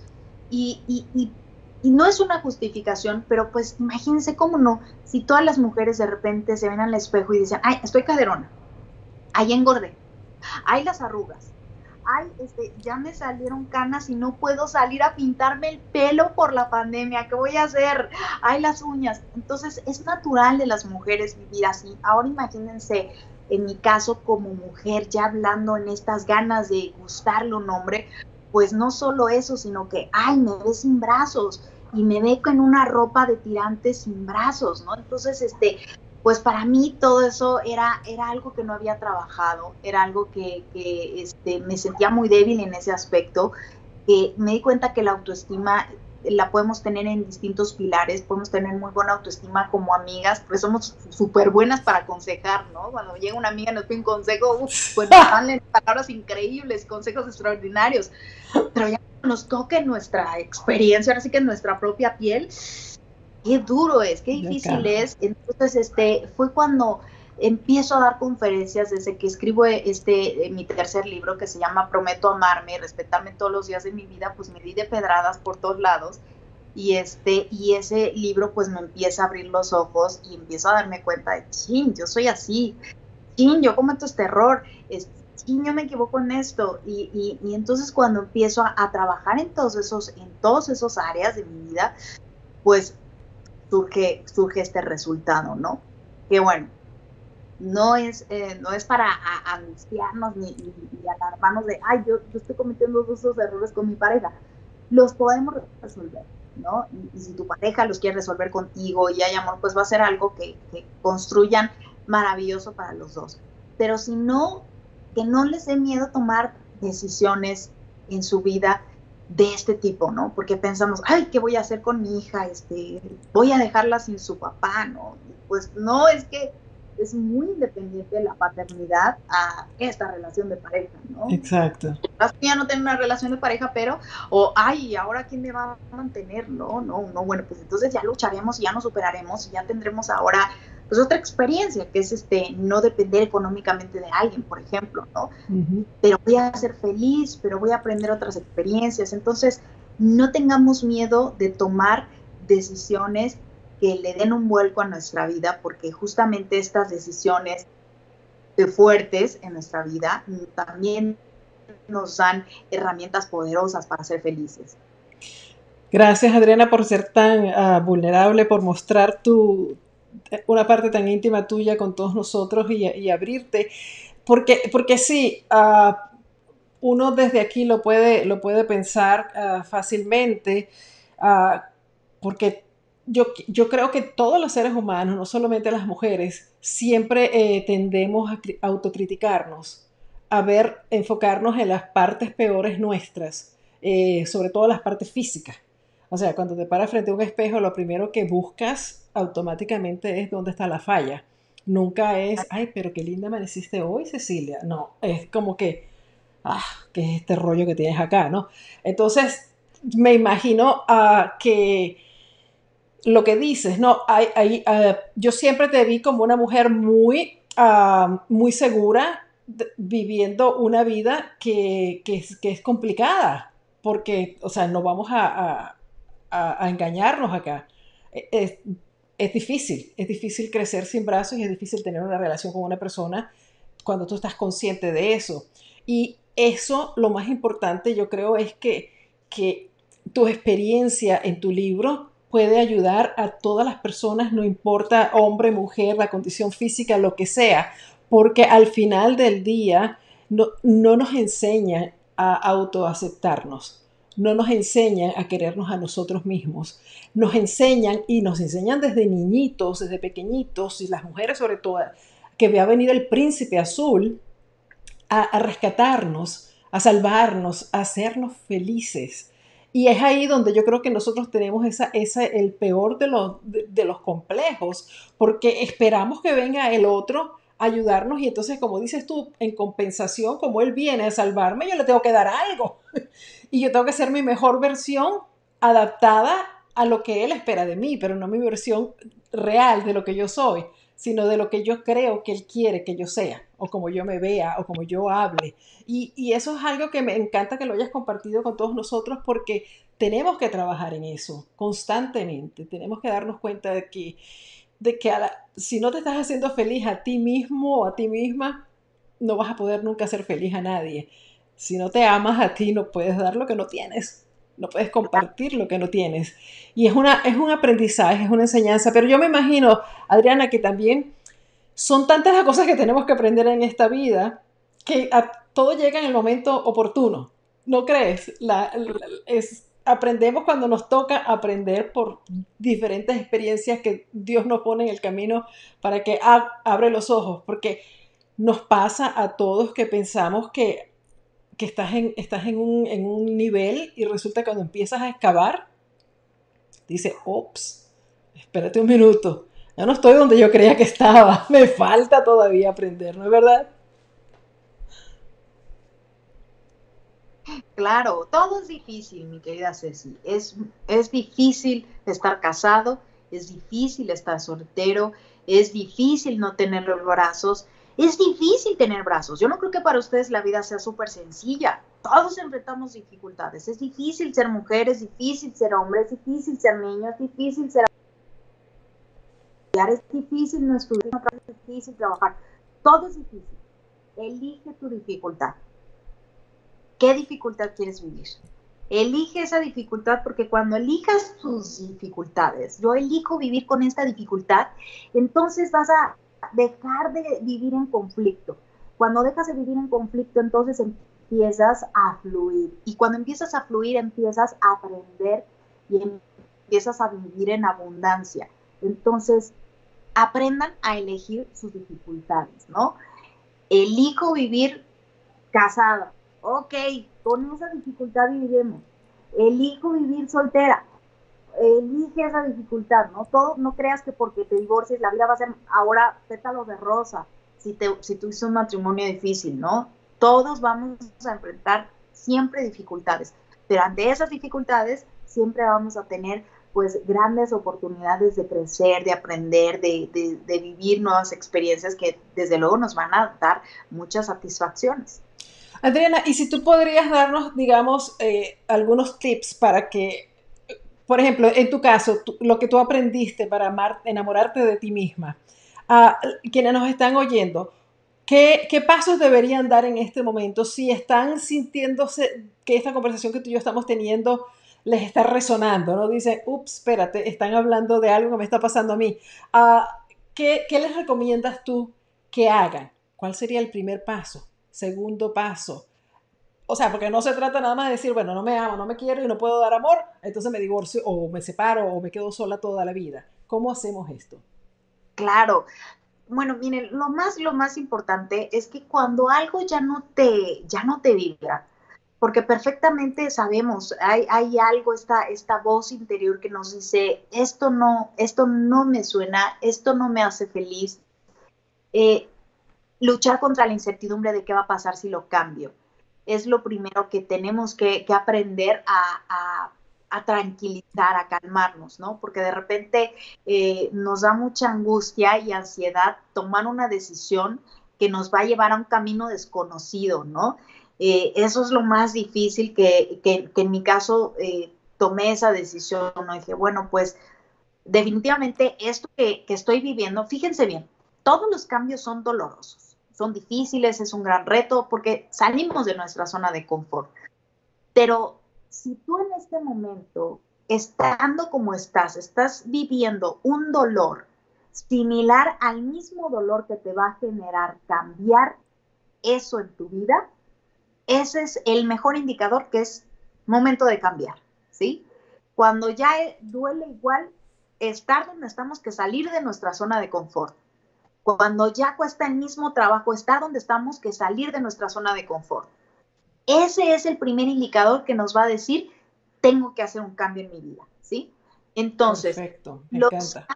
Speaker 2: y no es una justificación, pero pues imagínense cómo no, si todas las mujeres de repente se ven al espejo y dicen, ay, estoy caderona, ahí engordé, hay las arrugas, ay, ya me salieron canas y no puedo salir a pintarme el pelo por la pandemia, ¿qué voy a hacer? Hay las uñas. Entonces es natural de las mujeres vivir así. Ahora imagínense, en mi caso como mujer, ya hablando en estas ganas de gustarle a un hombre, pues no solo eso, sino que, ay, me ve sin brazos, y me ve con una ropa de tirantes sin brazos, ¿no? Entonces, pues para mí todo eso era algo que no había trabajado, era algo que me sentía muy débil en ese aspecto. Me di cuenta que la autoestima la podemos tener en distintos pilares, podemos tener muy buena autoestima como amigas, pues somos súper buenas para aconsejar, ¿no? Cuando llega una amiga y nos pide un consejo, pues nos dan palabras increíbles, consejos extraordinarios, pero ya nos toca en nuestra experiencia, ahora sí que en nuestra propia piel, qué duro es, qué difícil es. Entonces, fue cuando empiezo a dar conferencias desde que escribo mi tercer libro, que se llama Prometo amarme y respetarme todos los días de mi vida. Pues me di de pedradas por todos lados, y ese libro pues me empieza a abrir los ojos y empiezo a darme cuenta de, chin, yo soy así, chin, yo cometo este error, chin, yo me equivoco en esto, y entonces cuando empiezo a trabajar en todos esos áreas de mi vida, pues surge este resultado, ¿no? Que bueno, no es para ansiarnos ni alarmarnos de, ay, yo estoy cometiendo esos errores con mi pareja. Los podemos resolver, ¿no? Y si tu pareja los quiere resolver contigo y hay amor, pues va a ser algo que construyan maravilloso para los dos. Pero si no, que no les dé miedo tomar decisiones en su vida de este tipo, ¿no? Porque pensamos, ay, ¿qué voy a hacer con mi hija? Voy a dejarla sin su papá, ¿no? Pues no, es que es muy independiente la paternidad a esta relación de pareja, ¿no?
Speaker 1: Exacto.
Speaker 2: Ya no tengo una relación de pareja, pero, ay, ¿ahora quién me va a mantener? No, bueno, pues entonces ya lucharemos y ya nos superaremos y ya tendremos ahora pues otra experiencia, que es no depender económicamente de alguien, por ejemplo, ¿no? Uh-huh. Pero voy a ser feliz, pero voy a aprender otras experiencias. Entonces, no tengamos miedo de tomar decisiones que le den un vuelco a nuestra vida, porque justamente estas decisiones fuertes en nuestra vida también nos dan herramientas poderosas para ser felices.
Speaker 1: Gracias, Adriana, por ser tan vulnerable, por mostrar una parte tan íntima tuya con todos nosotros y abrirte. Porque sí, uno desde aquí lo puede pensar fácilmente, porque yo creo que todos los seres humanos, no solamente las mujeres, siempre tendemos a autocriticarnos, enfocarnos en las partes peores nuestras, sobre todo las partes físicas. O sea, cuando te paras frente a un espejo, lo primero que buscas automáticamente es dónde está la falla. Nunca es, ay, pero qué linda amaneciste hoy, Cecilia. No, es como que, qué es este rollo que tienes acá, ¿no? Entonces, me imagino que lo que dices, ¿no? Yo siempre te vi como una mujer muy segura, viviendo una vida que es complicada, porque, o sea, no vamos a engañarnos acá. Es, es difícil crecer sin brazos y es difícil tener una relación con una persona cuando tú estás consciente de eso. Y eso, lo más importante, yo creo, es que tu experiencia en tu libro puede ayudar a todas las personas, no importa hombre, mujer, la condición física, lo que sea, porque al final del día no nos enseñan a autoaceptarnos, no nos enseñan a querernos a nosotros mismos, nos enseñan desde niñitos, desde pequeñitos, y las mujeres sobre todo, que va a venir el príncipe azul a rescatarnos, a salvarnos, a hacernos felices. Y es ahí donde yo creo que nosotros tenemos el peor de los complejos, porque esperamos que venga el otro a ayudarnos y entonces, como dices tú, en compensación, como él viene a salvarme, yo le tengo que dar algo. Y yo tengo que ser mi mejor versión adaptada a lo que él espera de mí, pero no mi versión real de lo que yo soy, sino de lo que yo creo que él quiere que yo sea, o como yo me vea, o como yo hable. Y eso es algo que me encanta que lo hayas compartido con todos nosotros, porque tenemos que trabajar en eso constantemente. Tenemos que darnos cuenta de que si no te estás haciendo feliz a ti mismo o a ti misma, no vas a poder nunca hacer feliz a nadie. Si no te amas a ti, no puedes dar lo que no tienes. No puedes compartir lo que no tienes. Y es un aprendizaje, es una enseñanza. Pero yo me imagino, Adriana, que también son tantas las cosas que tenemos que aprender en esta vida que todo llega en el momento oportuno. ¿No crees? Aprendemos cuando nos toca aprender por diferentes experiencias que Dios nos pone en el camino para que abre los ojos. Porque nos pasa a todos que pensamos que estás en un nivel y resulta que cuando empiezas a excavar, dices, ops, espérate un minuto, ya no estoy donde yo creía que estaba, me falta todavía aprender, ¿no es verdad?
Speaker 2: Claro, todo es difícil, mi querida Ceci. Es difícil estar casado, es difícil estar soltero, es difícil no tener los brazos, es difícil tener brazos. Yo no creo que para ustedes la vida sea súper sencilla. Todos enfrentamos dificultades. Es difícil ser mujer, es difícil ser hombre, es difícil ser niño, es difícil ser... Es difícil no estudiar, es difícil trabajar. Todo es difícil. Elige tu dificultad. ¿Qué dificultad quieres vivir? Elige esa dificultad, porque cuando elijas tus dificultades, yo elijo vivir con esta dificultad, entonces vas a dejar de vivir en conflicto. Cuando dejas de vivir en conflicto, entonces empiezas a fluir. Y cuando empiezas a fluir, empiezas a aprender y empiezas a vivir en abundancia. Entonces, aprendan a elegir sus dificultades, ¿no? Elijo vivir casada. Ok, con esa dificultad viviremos. Elijo vivir soltera. Elige esa dificultad, ¿no? No creas que porque te divorcies la vida va a ser ahora pétalos de rosa, si tuviste un matrimonio difícil, ¿no? Todos vamos a enfrentar siempre dificultades, pero ante esas dificultades siempre vamos a tener pues grandes oportunidades de crecer, de aprender, de vivir nuevas experiencias que desde luego nos van a dar muchas satisfacciones.
Speaker 1: Adriana, y si tú podrías darnos, digamos, algunos tips para que por ejemplo, en tu caso, lo que tú aprendiste para enamorarte de ti misma, quienes nos están oyendo, ¿qué pasos deberían dar en este momento si están sintiéndose que esta conversación que tú y yo estamos teniendo les está resonando, ¿no? Dicen, ups, espérate, están hablando de algo que me está pasando a mí. ¿Qué les recomiendas tú que hagan? ¿Cuál sería el primer paso? Segundo paso. O sea, porque no se trata nada más de decir, bueno, no me amo, no me quiero y no puedo dar amor, entonces me divorcio o me separo o me quedo sola toda la vida. ¿Cómo hacemos esto?
Speaker 2: Claro. Bueno, miren, lo más importante es que cuando algo ya no te vibra, porque perfectamente sabemos, hay algo, esta voz interior que nos dice, esto no me suena, esto no me hace feliz. Eh, Luchar contra la incertidumbre de qué va a pasar si lo cambio. Es lo primero que tenemos que aprender a tranquilizar, a calmarnos, ¿no? Porque de repente nos da mucha angustia y ansiedad tomar una decisión que nos va a llevar a un camino desconocido, ¿no? Eso es lo más difícil que en mi caso tomé esa decisión, ¿no? Dije, bueno, pues definitivamente esto que estoy viviendo, fíjense bien, todos los cambios son dolorosos, son difíciles, es un gran reto porque salimos de nuestra zona de confort. Pero si tú en este momento, estando como estás viviendo un dolor similar al mismo dolor que te va a generar cambiar eso en tu vida, ese es el mejor indicador que es momento de cambiar, ¿sí? Cuando ya duele igual estar donde estamos que salir de nuestra zona de confort. Cuando ya cuesta el mismo trabajo estar donde estamos que salir de nuestra zona de confort. Ese es el primer indicador que nos va a decir, tengo que hacer un cambio en mi vida, ¿sí? Entonces,
Speaker 1: Perfecto, me encanta.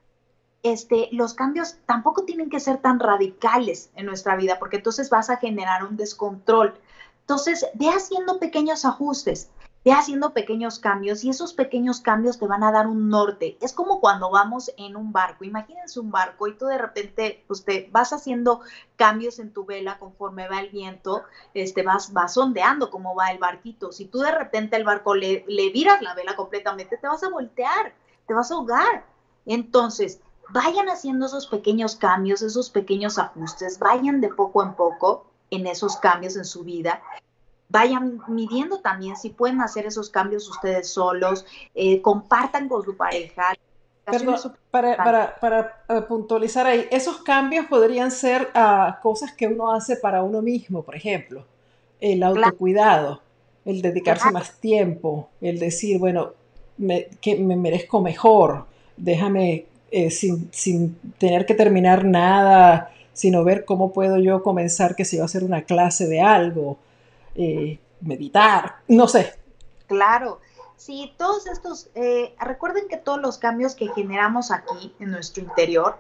Speaker 2: los cambios tampoco tienen que ser tan radicales en nuestra vida, porque entonces vas a generar un descontrol. Entonces, ve haciendo pequeños ajustes, ve haciendo pequeños cambios y esos pequeños cambios te van a dar un norte. Es como cuando vamos en un barco. Imagínense un barco y tú de repente pues, te vas haciendo cambios en tu vela conforme va el viento, vas sondeando cómo va el barquito. Si tú de repente al barco le viras la vela completamente, te vas a voltear, te vas a ahogar. Entonces, vayan haciendo esos pequeños cambios, esos pequeños ajustes, vayan de poco en poco en esos cambios en su vida, vayan midiendo también si pueden hacer esos cambios ustedes solos, compartan con su pareja.
Speaker 1: Perdón, para puntualizar ahí, esos cambios podrían ser cosas que uno hace para uno mismo, por ejemplo, el
Speaker 2: Claro,
Speaker 1: autocuidado, el dedicarse
Speaker 2: claro,
Speaker 1: más tiempo, el decir, bueno, que me merezco mejor, déjame sin tener que terminar nada, sino ver cómo puedo yo comenzar, que si va a hacer una clase de algo, meditar, no sé.
Speaker 2: claro. Sí, todos estos, recuerden que todos los cambios que generamos aquí en nuestro interior,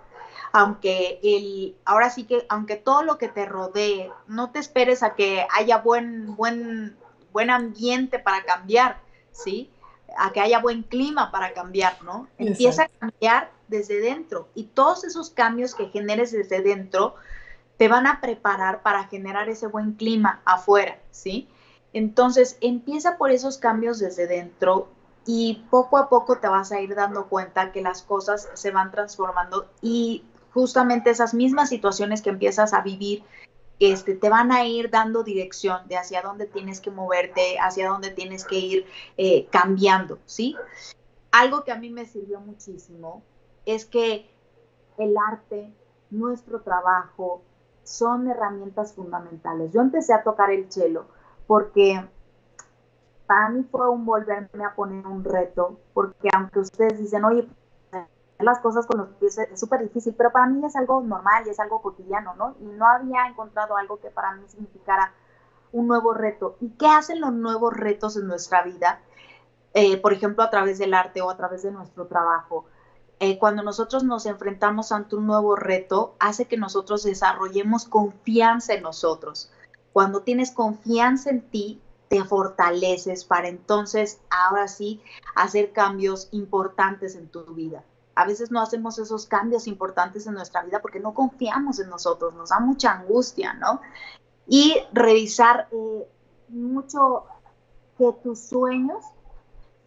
Speaker 2: ahora sí que, aunque todo lo que te rodee, no te esperes a que haya buen ambiente para cambiar, ¿sí? A que haya buen clima para cambiar, ¿no? Empieza a
Speaker 1: Exacto.
Speaker 2: cambiar desde dentro y todos esos cambios que generes desde dentro te van a preparar para generar ese buen clima afuera, ¿sí? Entonces, empieza por esos cambios desde dentro y poco a poco te vas a ir dando cuenta que las cosas se van transformando y justamente esas mismas situaciones que empiezas a vivir te van a ir dando dirección de hacia dónde tienes que moverte, hacia dónde tienes que ir cambiando, ¿sí? Algo que a mí me sirvió muchísimo es que el arte, nuestro trabajo, son herramientas fundamentales. Yo empecé a tocar el cello porque para mí fue un volverme a poner un reto, porque aunque ustedes dicen, oye, las cosas con los pies es súper difícil, pero para mí es algo normal y es algo cotidiano, ¿no? Y no había encontrado algo que para mí significara un nuevo reto. ¿Y qué hacen los nuevos retos en nuestra vida? Por ejemplo, a través del arte o a través de nuestro trabajo. Cuando nosotros nos enfrentamos ante un nuevo reto, hace que nosotros desarrollemos confianza en nosotros. Cuando tienes confianza en ti, te fortaleces para entonces, ahora sí, hacer cambios importantes en tu vida. A veces no hacemos esos cambios importantes en nuestra vida porque no confiamos en nosotros, nos da mucha angustia, ¿no? Y revisar mucho que tus sueños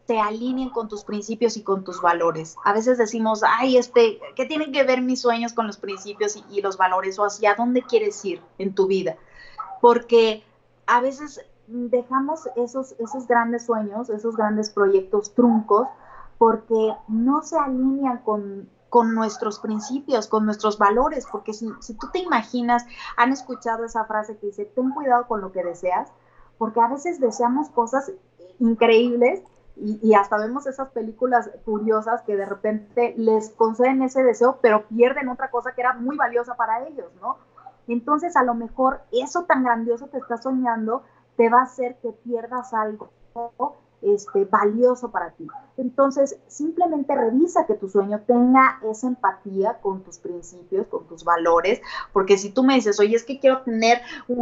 Speaker 2: se alineen con tus principios y con tus valores. A veces decimos, ay, ¿qué tienen que ver mis sueños con los principios y los valores? O hacia dónde quieres ir en tu vida. Porque a veces dejamos esos grandes sueños, esos grandes proyectos truncos, porque no se alinean con nuestros principios, con nuestros valores, porque si tú te imaginas, han escuchado esa frase que dice, ten cuidado con lo que deseas, porque a veces deseamos cosas increíbles y hasta vemos esas películas curiosas que de repente les conceden ese deseo, pero pierden otra cosa que era muy valiosa para ellos, ¿no? Entonces, a lo mejor eso tan grandioso que estás soñando te va a hacer que pierdas algo valioso para ti. Entonces, simplemente revisa que tu sueño tenga esa empatía con tus principios, con tus valores, porque si tú me dices, oye, es que quiero tener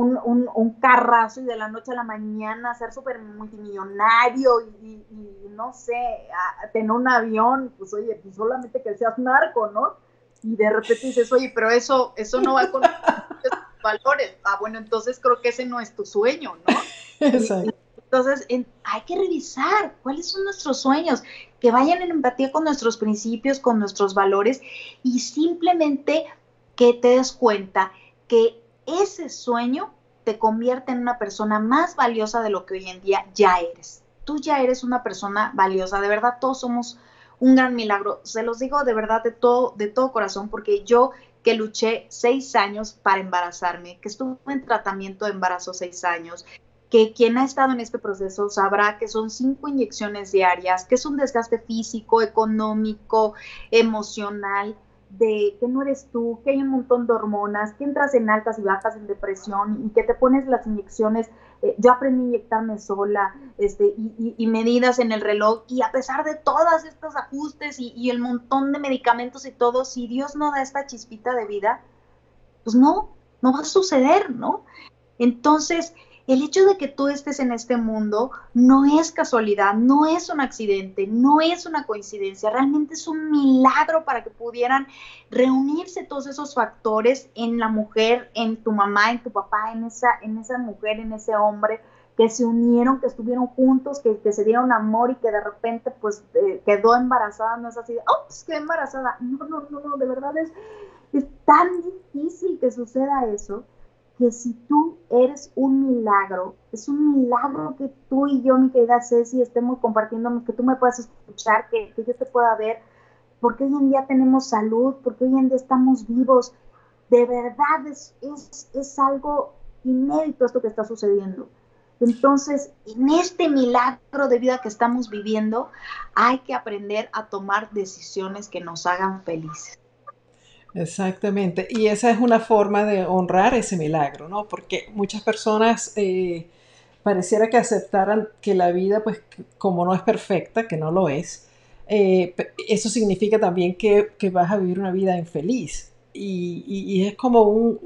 Speaker 2: un carrazo y de la noche a la mañana ser súper multimillonario y no sé, tener un avión, pues oye, pues solamente que seas narco, ¿no? Y de repente dices, oye, pero eso no va con tus valores. Ah, bueno, entonces creo que ese no es tu sueño, ¿no?
Speaker 1: Exacto.
Speaker 2: Entonces, hay que revisar cuáles son nuestros sueños, que vayan en empatía con nuestros principios, con nuestros valores y simplemente que te des cuenta que ese sueño te convierte en una persona más valiosa de lo que hoy en día ya eres. Tú ya eres una persona valiosa, de verdad todos somos un gran milagro. Se los digo de verdad de todo corazón, porque yo que luché 6 años para embarazarme, que estuve en tratamiento de embarazo 6 años, que quien ha estado en este proceso sabrá que son 5 inyecciones diarias, que es un desgaste físico, económico, emocional, de que no eres tú, que hay un montón de hormonas, que entras en altas y bajas en depresión y que te pones las inyecciones. Yo aprendí a inyectarme sola, y medidas en el reloj, y a pesar de todos estos ajustes y el montón de medicamentos y todo, si Dios no da esta chispita de vida, pues no va a suceder, ¿no? Entonces, el hecho de que tú estés en este mundo no es casualidad, no es un accidente, no es una coincidencia, realmente es un milagro para que pudieran reunirse todos esos factores en la mujer, en tu mamá, en tu papá, en esa mujer, en ese hombre, que se unieron, que estuvieron juntos, que se dieron amor y que de repente pues quedó embarazada. No es así de, oh, pues quedé embarazada. No, de verdad es tan difícil que suceda eso, que si tú eres un milagro, es un milagro que tú y yo, mi querida Ceci, estemos compartiendo, que tú me puedas escuchar, que yo te pueda ver, porque hoy en día tenemos salud, porque hoy en día estamos vivos. De verdad es algo inédito esto que está sucediendo. Entonces, en este milagro de vida que estamos viviendo, hay que aprender a tomar decisiones que nos hagan felices.
Speaker 1: Exactamente. Y esa es una forma de honrar ese milagro, ¿no? Porque muchas personas pareciera que aceptaran que la vida, pues, como no es perfecta, que no lo es, eso significa también que vas a vivir una vida infeliz. Y es como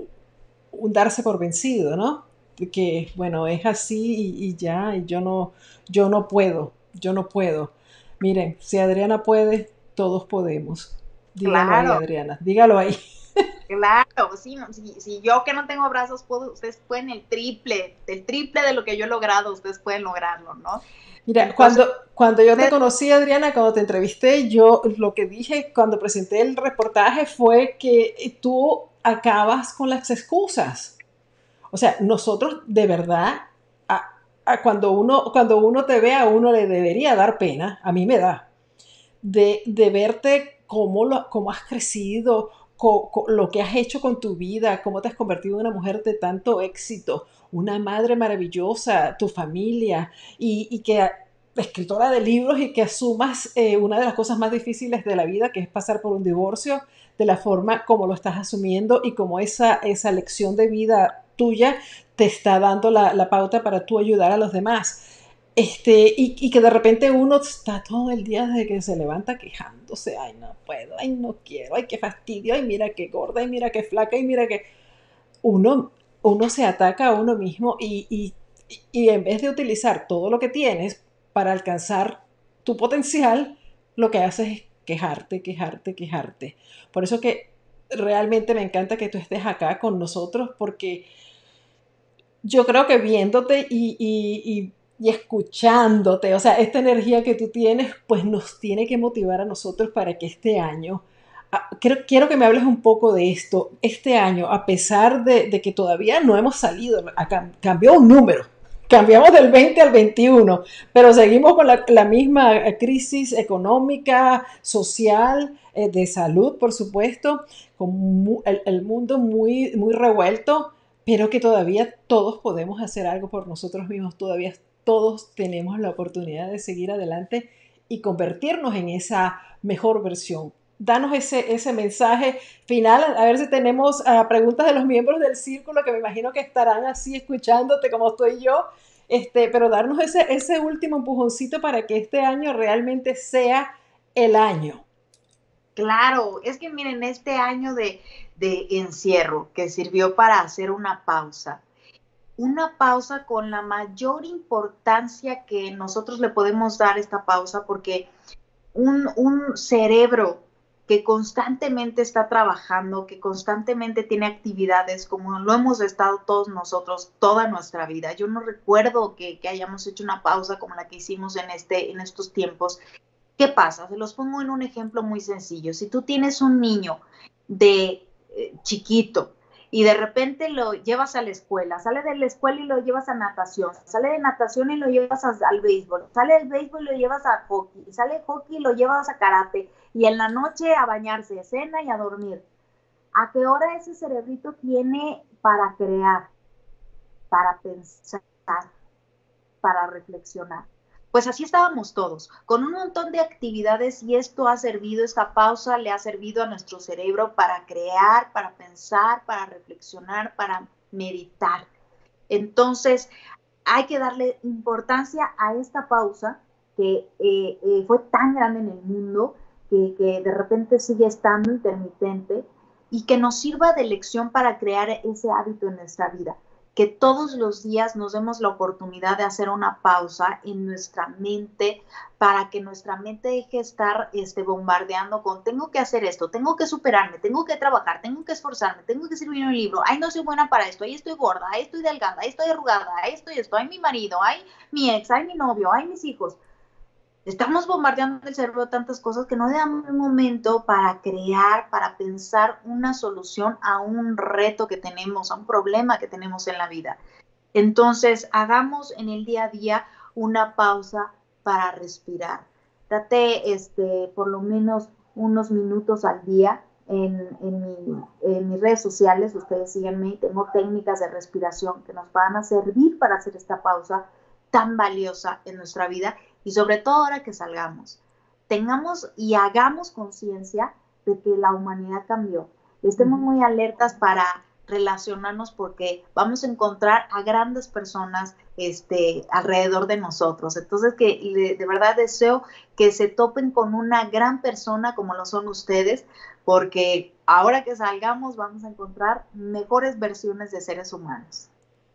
Speaker 1: un darse por vencido, ¿no? Que, bueno, es así y ya, y yo no puedo, yo no puedo. Miren, si Adriana puede, todos podemos. Dígalo ahí,
Speaker 2: Claro.
Speaker 1: Adriana, dígalo ahí.
Speaker 2: Claro, sí, no, si yo que no tengo brazos puedo, ustedes pueden el triple de lo que yo he logrado, ustedes pueden lograrlo, ¿no?
Speaker 1: Mira,
Speaker 2: Entonces,
Speaker 1: cuando yo te conocí, Adriana, cuando te entrevisté, yo lo que dije cuando presenté el reportaje fue que tú acabas con las excusas. O sea, nosotros de verdad, cuando uno te ve, a uno le debería dar pena, a mí me da, de verte cómo has crecido, lo que has hecho con tu vida, cómo te has convertido en una mujer de tanto éxito, una madre maravillosa, tu familia, y que escritora de libros y que asumas una de las cosas más difíciles de la vida, que es pasar por un divorcio, de la forma como lo estás asumiendo y como esa lección de vida tuya te está dando la pauta para tú ayudar a los demás. Y que de repente uno está todo el día desde que se levanta quejándose, ay no puedo, ay no quiero, ay qué fastidio, ay mira qué gorda, ay mira qué flaca, ay mira que uno se ataca a uno mismo y en vez de utilizar todo lo que tienes para alcanzar tu potencial, lo que haces es quejarte, quejarte, quejarte. Por eso que realmente me encanta que tú estés acá con nosotros, porque yo creo que viéndote y escuchándote. O sea, esta energía que tú tienes, pues nos tiene que motivar a nosotros para que este año, quiero que me hables un poco de esto. Este año, a pesar de que todavía no hemos salido, cambió un número. Cambiamos del 20 al 21, pero seguimos con la misma crisis económica, social, de salud, por supuesto, con el mundo muy revuelto, pero que todavía todos podemos hacer algo por nosotros mismos, todavía todos tenemos la oportunidad de seguir adelante y convertirnos en esa mejor versión. Danos ese mensaje final, a ver si tenemos preguntas de los miembros del círculo, que me imagino que estarán así escuchándote como estoy yo, pero darnos ese último empujoncito para que este año realmente sea el año.
Speaker 2: Claro, es que miren, este año de encierro que sirvió para hacer una pausa con la mayor importancia que nosotros le podemos dar a esta pausa, porque un cerebro que constantemente está trabajando, que constantemente tiene actividades, como lo hemos estado todos nosotros toda nuestra vida. Yo no recuerdo que hayamos hecho una pausa como la que hicimos en estos tiempos. ¿Qué pasa? Se los pongo en un ejemplo muy sencillo. Si tú tienes un niño de chiquito y de repente lo llevas a la escuela, sale de la escuela y lo llevas a natación, sale de natación y lo llevas al béisbol, sale del béisbol y lo llevas a hockey, sale de hockey y lo llevas a karate, y en la noche a bañarse, cena y a dormir. ¿A qué hora ese cerebrito tiene para crear, para pensar, para reflexionar? Pues así estábamos todos, con un montón de actividades, y esto ha servido, esta pausa le ha servido a nuestro cerebro para crear, para pensar, para reflexionar, para meditar. Entonces, hay que darle importancia a esta pausa que fue tan grande en el mundo, que de repente sigue estando intermitente, y que nos sirva de lección para crear ese hábito en nuestra vida. Que todos los días nos demos la oportunidad de hacer una pausa en nuestra mente, para que nuestra mente deje de estar bombardeando con tengo que hacer esto, tengo que superarme, tengo que trabajar, tengo que esforzarme, tengo que escribir un libro, ay, no soy buena para esto, ay, estoy gorda, ay, estoy delgada, ay, estoy arrugada, ay, estoy esto, ay, mi marido, ay, mi ex, ay, mi novio, ay, mis hijos. Estamos bombardeando el cerebro de tantas cosas que no le damos un momento para crear, para pensar una solución a un reto que tenemos, a un problema que tenemos en la vida. Entonces, hagamos en el día a día una pausa para respirar. Date por lo menos unos minutos al día en mis redes sociales. Ustedes síganme, tengo técnicas de respiración que nos van a servir para hacer esta pausa tan valiosa en nuestra vida, y sobre todo ahora que salgamos, tengamos y hagamos conciencia de que la humanidad cambió. Estemos muy alertas para relacionarnos, porque vamos a encontrar a grandes personas alrededor de nosotros. Entonces, de verdad deseo que se topen con una gran persona como lo son ustedes, porque ahora que salgamos vamos a encontrar mejores versiones de seres humanos.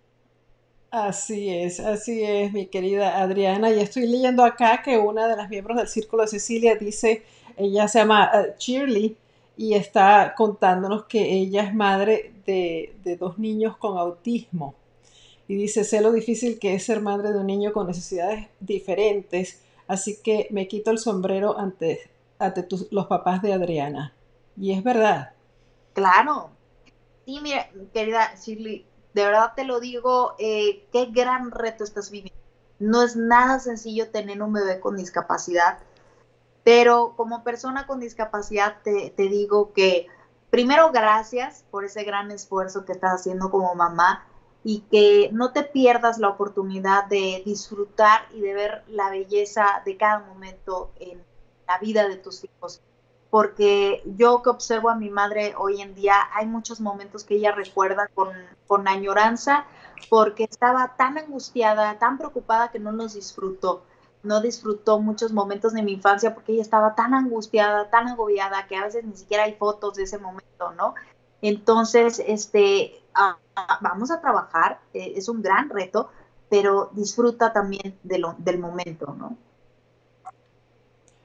Speaker 1: Así es, mi querida Adriana. Y estoy leyendo acá que una de las miembros del Círculo de Cecilia dice, ella se llama Shirley, y está contándonos que ella es madre de dos niños con autismo. Y dice, sé lo difícil que es ser madre de un niño con necesidades diferentes, así que me quito el sombrero ante los papás de Adriana. Y es verdad.
Speaker 2: Claro. Sí, mira, querida Shirley, de verdad te lo digo, qué gran reto estás viviendo. No es nada sencillo tener un bebé con discapacidad, pero como persona con discapacidad te digo que primero gracias por ese gran esfuerzo que estás haciendo como mamá, y que no te pierdas la oportunidad de disfrutar y de ver la belleza de cada momento en la vida de tus hijos. Porque yo que observo a mi madre hoy en día, hay muchos momentos que ella recuerda con añoranza, porque estaba tan angustiada, tan preocupada, que no los disfrutó. No disfrutó muchos momentos de mi infancia porque ella estaba tan angustiada, tan agobiada, que a veces ni siquiera hay fotos de ese momento, ¿no? Entonces, vamos a trabajar, es un gran reto, pero disfruta también del momento, ¿no?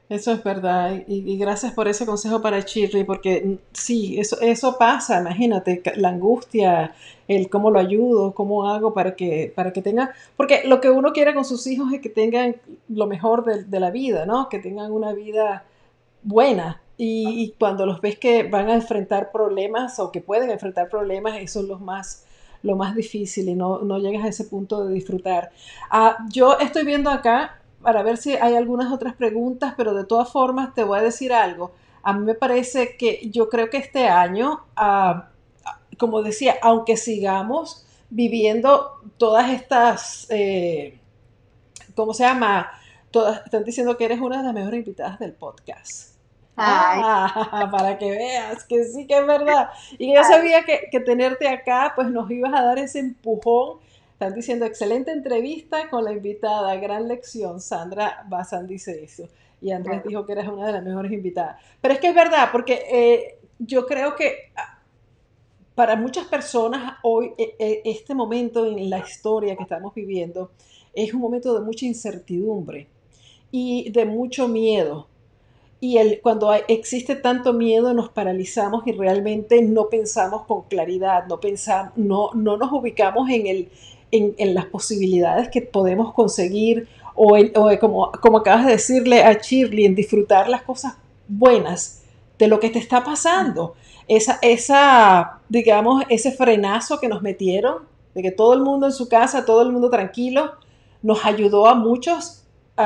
Speaker 1: Eso es verdad, y gracias por ese consejo para Shirley, porque sí, eso pasa, imagínate, la angustia, el cómo lo ayudo, cómo hago para que tenga, porque lo que uno quiere con sus hijos es que tengan lo mejor de la vida, ¿no? Que tengan una vida buena, y cuando los ves que van a enfrentar problemas o que pueden enfrentar problemas, eso es lo más difícil y no llegas a ese punto de disfrutar. Yo estoy viendo acá para ver si hay algunas otras preguntas, pero de todas formas te voy a decir algo. A mí me parece que yo creo que este año, como decía, aunque sigamos viviendo todas estas, ¿cómo se llama? Todas, están diciendo que eres una de las mejores invitadas del podcast.
Speaker 2: Ay,
Speaker 1: Para que veas que sí que es verdad. Y yo
Speaker 2: ay,
Speaker 1: sabía que tenerte acá, pues nos ibas a dar ese empujón. Están diciendo, excelente entrevista con la invitada, gran lección. Sandra Bazán dice eso. Y Andrés dijo que eres una de las mejores invitadas. Pero es que es verdad, porque yo creo que para muchas personas hoy, este momento en la historia que estamos viviendo es un momento de mucha incertidumbre y de mucho miedo. Y cuando existe tanto miedo nos paralizamos y realmente no pensamos con claridad, no nos ubicamos en las posibilidades que podemos conseguir como acabas de decirle a Shirley, en disfrutar las cosas buenas de lo que te está pasando. Digamos, ese frenazo que nos metieron, de que todo el mundo en su casa, todo el mundo tranquilo, nos ayudó a muchos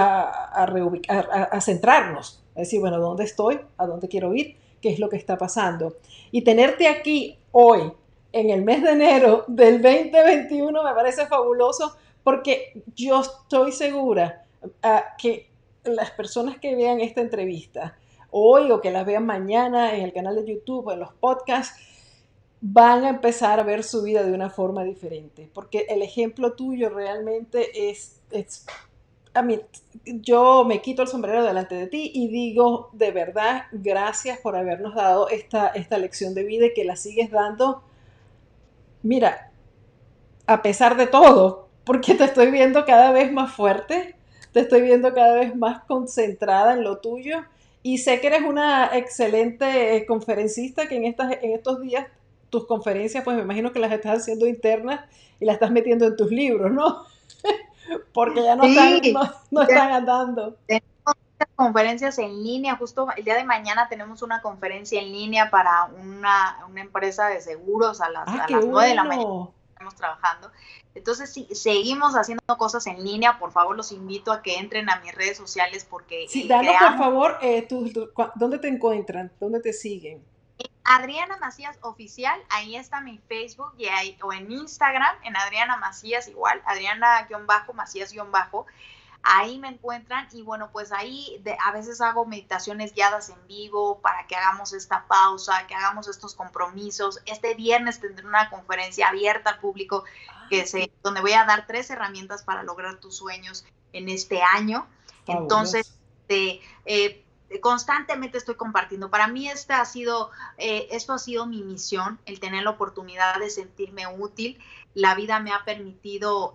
Speaker 1: a centrarnos, a decir, bueno, ¿dónde estoy? ¿A dónde quiero ir? ¿Qué es lo que está pasando? Y tenerte aquí hoy, en el mes de enero del 2021, me parece fabuloso porque yo estoy segura que las personas que vean esta entrevista hoy o que las vean mañana en el canal de YouTube o en los podcasts, van a empezar a ver su vida de una forma diferente, porque el ejemplo tuyo realmente es a mí, yo me quito el sombrero delante de ti y digo de verdad, gracias por habernos dado esta lección de vida y que la sigues dando, mira, a pesar de todo, porque te estoy viendo cada vez más fuerte, te estoy viendo cada vez más concentrada en lo tuyo y sé que eres una excelente conferencista que en estos días tus conferencias, pues me imagino que las estás haciendo internas y las estás metiendo en tus libros, ¿no? Porque ya
Speaker 2: sí,
Speaker 1: no están andando.
Speaker 2: tenemos conferencias en línea, justo el día de mañana tenemos una conferencia en línea para una empresa de seguros a
Speaker 1: Qué
Speaker 2: las 9 de la mañana
Speaker 1: bueno.
Speaker 2: estamos trabajando. Entonces, sí, seguimos haciendo cosas en línea. Por favor, los invito a que entren a mis redes sociales porque
Speaker 1: Sí, danos por
Speaker 2: creamos
Speaker 1: favor, ¿dónde te encuentran? ¿Dónde te siguen?
Speaker 2: Adriana Macías Oficial, ahí está mi Facebook o en Instagram, en Adriana Macías igual, Adriana-Macías-. Ahí me encuentran y bueno, pues ahí a veces hago meditaciones guiadas en vivo para que hagamos esta pausa, que hagamos estos compromisos. Este viernes tendré una conferencia abierta al público
Speaker 1: Qué
Speaker 2: donde voy a dar 3 herramientas para lograr tus sueños en este año. Entonces,
Speaker 1: fabuloso.
Speaker 2: constantemente estoy compartiendo. Para mí esto ha sido mi misión, el tener la oportunidad de sentirme útil. La vida me ha permitido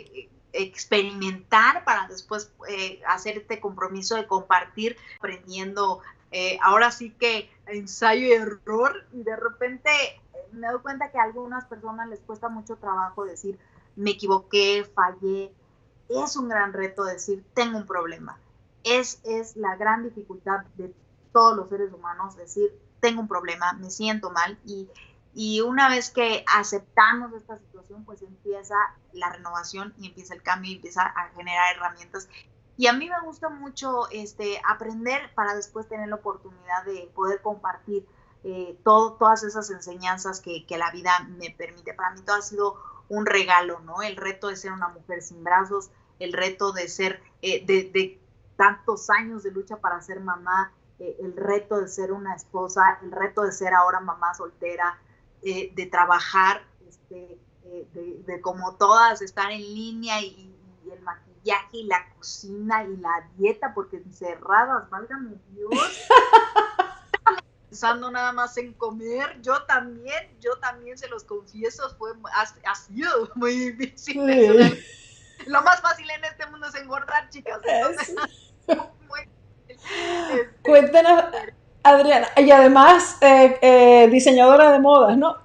Speaker 2: experimentar para después hacer este compromiso de compartir, aprendiendo, ahora sí que ensayo y error, y de repente me doy cuenta que a algunas personas les cuesta mucho trabajo decir, me equivoqué, fallé. Es un gran reto decir, tengo un problema. Es la gran dificultad de todos los seres humanos, decir, tengo un problema, me siento mal, y una vez que aceptamos esta situación, pues empieza la renovación y empieza el cambio y empieza a generar herramientas. Y a mí me gusta mucho aprender para después tener la oportunidad de poder compartir todas esas enseñanzas que la vida me permite. Para mí todo ha sido un regalo, ¿no? El reto de ser una mujer sin brazos, el reto de ser, de tantos años de lucha para ser mamá, el reto de ser una esposa, el reto de ser ahora mamá soltera, de trabajar, de como todas, estar en línea y el maquillaje y la cocina y la dieta, porque encerradas, válgame Dios, pensando nada más en comer. Yo también se los confieso, ha sido muy difícil eso.
Speaker 1: Sí.
Speaker 2: Lo más fácil en este mundo es engordar, chicas. Entonces, muy
Speaker 1: Cuéntanos, Adriana, y además diseñadora de modas, ¿no?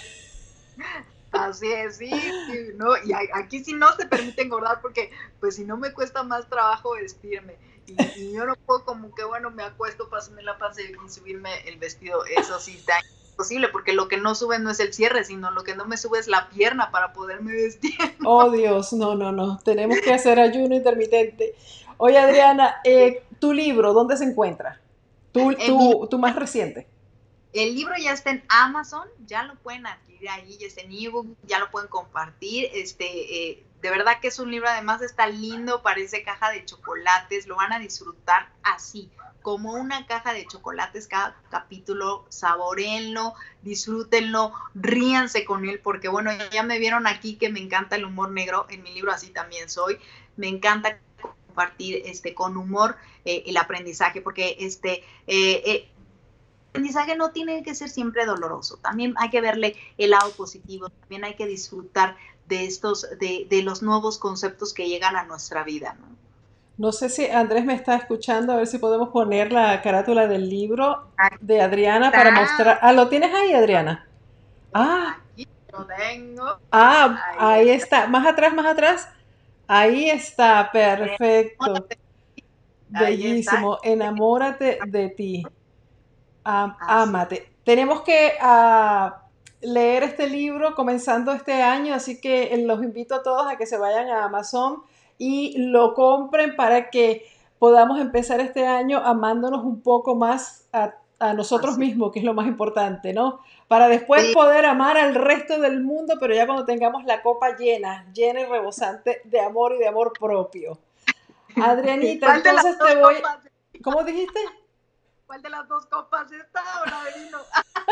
Speaker 2: Así es, sí, sí, no, y aquí sí no se permite engordar porque pues si no me cuesta más trabajo vestirme y yo no puedo como que bueno me acuesto, pasarme la panza y subirme el vestido, eso sí está imposible porque lo que no sube no es el cierre, sino lo que no me sube es la pierna para poderme vestir.
Speaker 1: Oh Dios, no, no, no, tenemos que hacer ayuno intermitente. Oye Adriana, tu libro, ¿dónde se encuentra?
Speaker 2: Mi,
Speaker 1: Tu más reciente.
Speaker 2: el libro ya está en Amazon, ya lo pueden adquirir ahí, ya está en ebook, ya lo pueden compartir. De verdad que es un libro, además está lindo, parece caja de chocolates, lo van a disfrutar así, como una caja de chocolates cada capítulo, saborenlo, disfrútenlo, ríanse con él, porque bueno, ya me vieron aquí que me encanta el humor negro, en mi libro así también soy, me encanta compartir con humor el aprendizaje, porque aprendizaje no tiene que ser siempre doloroso, también hay que verle el lado positivo, también hay que disfrutar de los nuevos conceptos que llegan a nuestra vida, ¿no?
Speaker 1: No sé si Andrés me está escuchando, a ver si podemos poner la carátula del libro
Speaker 2: Aquí
Speaker 1: de Adriana para mostrar.
Speaker 2: está,
Speaker 1: Ah, ¿lo tienes ahí, Adriana? Ah,
Speaker 2: aquí lo tengo, ahí
Speaker 1: ahí
Speaker 2: está.
Speaker 1: está. Más atrás, más atrás. Ahí está, perfecto.
Speaker 2: Ahí está.
Speaker 1: Bellísimo. Enamórate de ti.
Speaker 2: Así.
Speaker 1: Ámate. Tenemos que leer este libro comenzando este año, así que los invito a todos a que se vayan a Amazon y lo compren para que podamos empezar este año amándonos un poco más a nosotros
Speaker 2: Así.
Speaker 1: mismos, que es lo más importante, ¿no? Para después
Speaker 2: Sí.
Speaker 1: poder amar al resto del mundo, pero ya cuando tengamos la copa llena, llena y rebosante de amor y de amor propio. Adrianita,
Speaker 2: ¿Cuál de las
Speaker 1: entonces te
Speaker 2: dos
Speaker 1: voy...
Speaker 2: copas?
Speaker 1: ¿Cómo dijiste?
Speaker 2: ¿Cuál de las dos copas? ¿Esta o la de vino?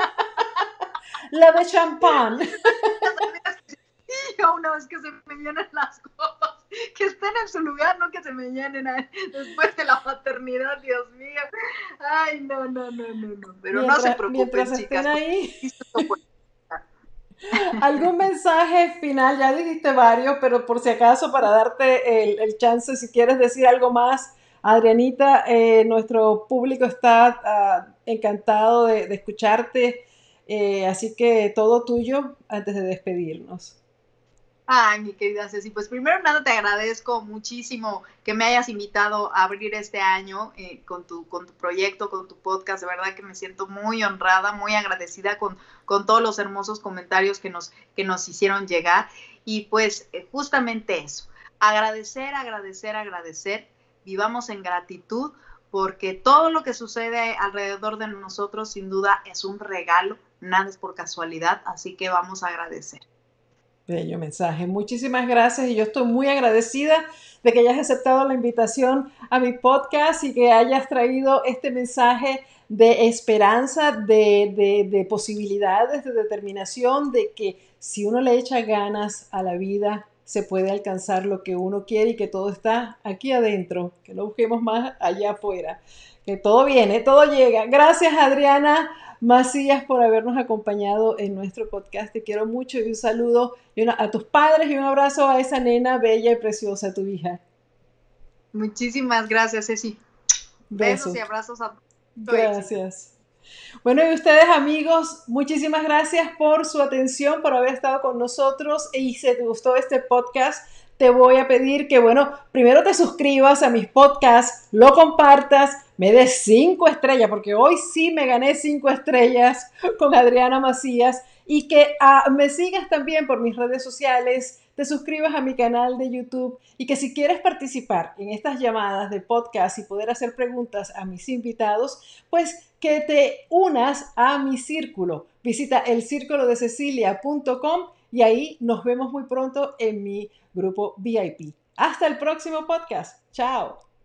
Speaker 1: La de champán.
Speaker 2: Yo una vez que se me llenen las copas, que estén en su lugar, no que se me llenen después de la maternidad, Dios mío. Ay, no, no, no, no, no. Pero no se
Speaker 1: Mientras
Speaker 2: preocupen,
Speaker 1: estén
Speaker 2: chicas.
Speaker 1: ahí, algún mensaje final, ya dijiste varios, pero por si acaso para darte el chance, si quieres decir algo más, Adrianita, nuestro público está encantado de escucharte, así que todo tuyo antes de despedirnos.
Speaker 2: Ay, mi querida Ceci, pues primero nada te agradezco muchísimo que me hayas invitado a abrir este año con tu proyecto, con tu podcast. De verdad que me siento muy honrada, muy agradecida con todos los hermosos comentarios que nos hicieron llegar. Y pues justamente eso, agradecer, agradecer, agradecer, vivamos en gratitud porque todo lo que sucede alrededor de nosotros sin duda es un regalo, nada es por casualidad, así que vamos a agradecer.
Speaker 1: Bello mensaje. Muchísimas gracias y yo estoy muy agradecida de que hayas aceptado la invitación a mi podcast y que hayas traído este mensaje de esperanza, de posibilidades, de determinación, de que si uno le echa ganas a la vida, se puede alcanzar lo que uno quiere y que todo está aquí adentro, que no busquemos más allá afuera, que todo viene, todo llega. Gracias, Adriana Macías, por habernos acompañado en nuestro podcast. Te quiero mucho y un saludo a tus padres y un abrazo a esa nena bella y preciosa, tu hija.
Speaker 2: Muchísimas gracias, Ceci. Besos y
Speaker 1: Besos.
Speaker 2: abrazos a tu éxito.
Speaker 1: Gracias. Bueno, y ustedes amigos, muchísimas gracias por su atención, por haber estado con nosotros y si te gustó este podcast, te voy a pedir que, bueno, primero te suscribas a mis podcasts, lo compartas, me des 5 estrellas, porque hoy sí me gané 5 estrellas con Adriana Macías y que me sigas también por mis redes sociales, te suscribas a mi canal de YouTube y que si quieres participar en estas llamadas de podcast y poder hacer preguntas a mis invitados, pues que te unas a mi círculo. Visita elcirculodececilia.com y ahí nos vemos muy pronto en mi grupo VIP. Hasta el próximo podcast. Chao.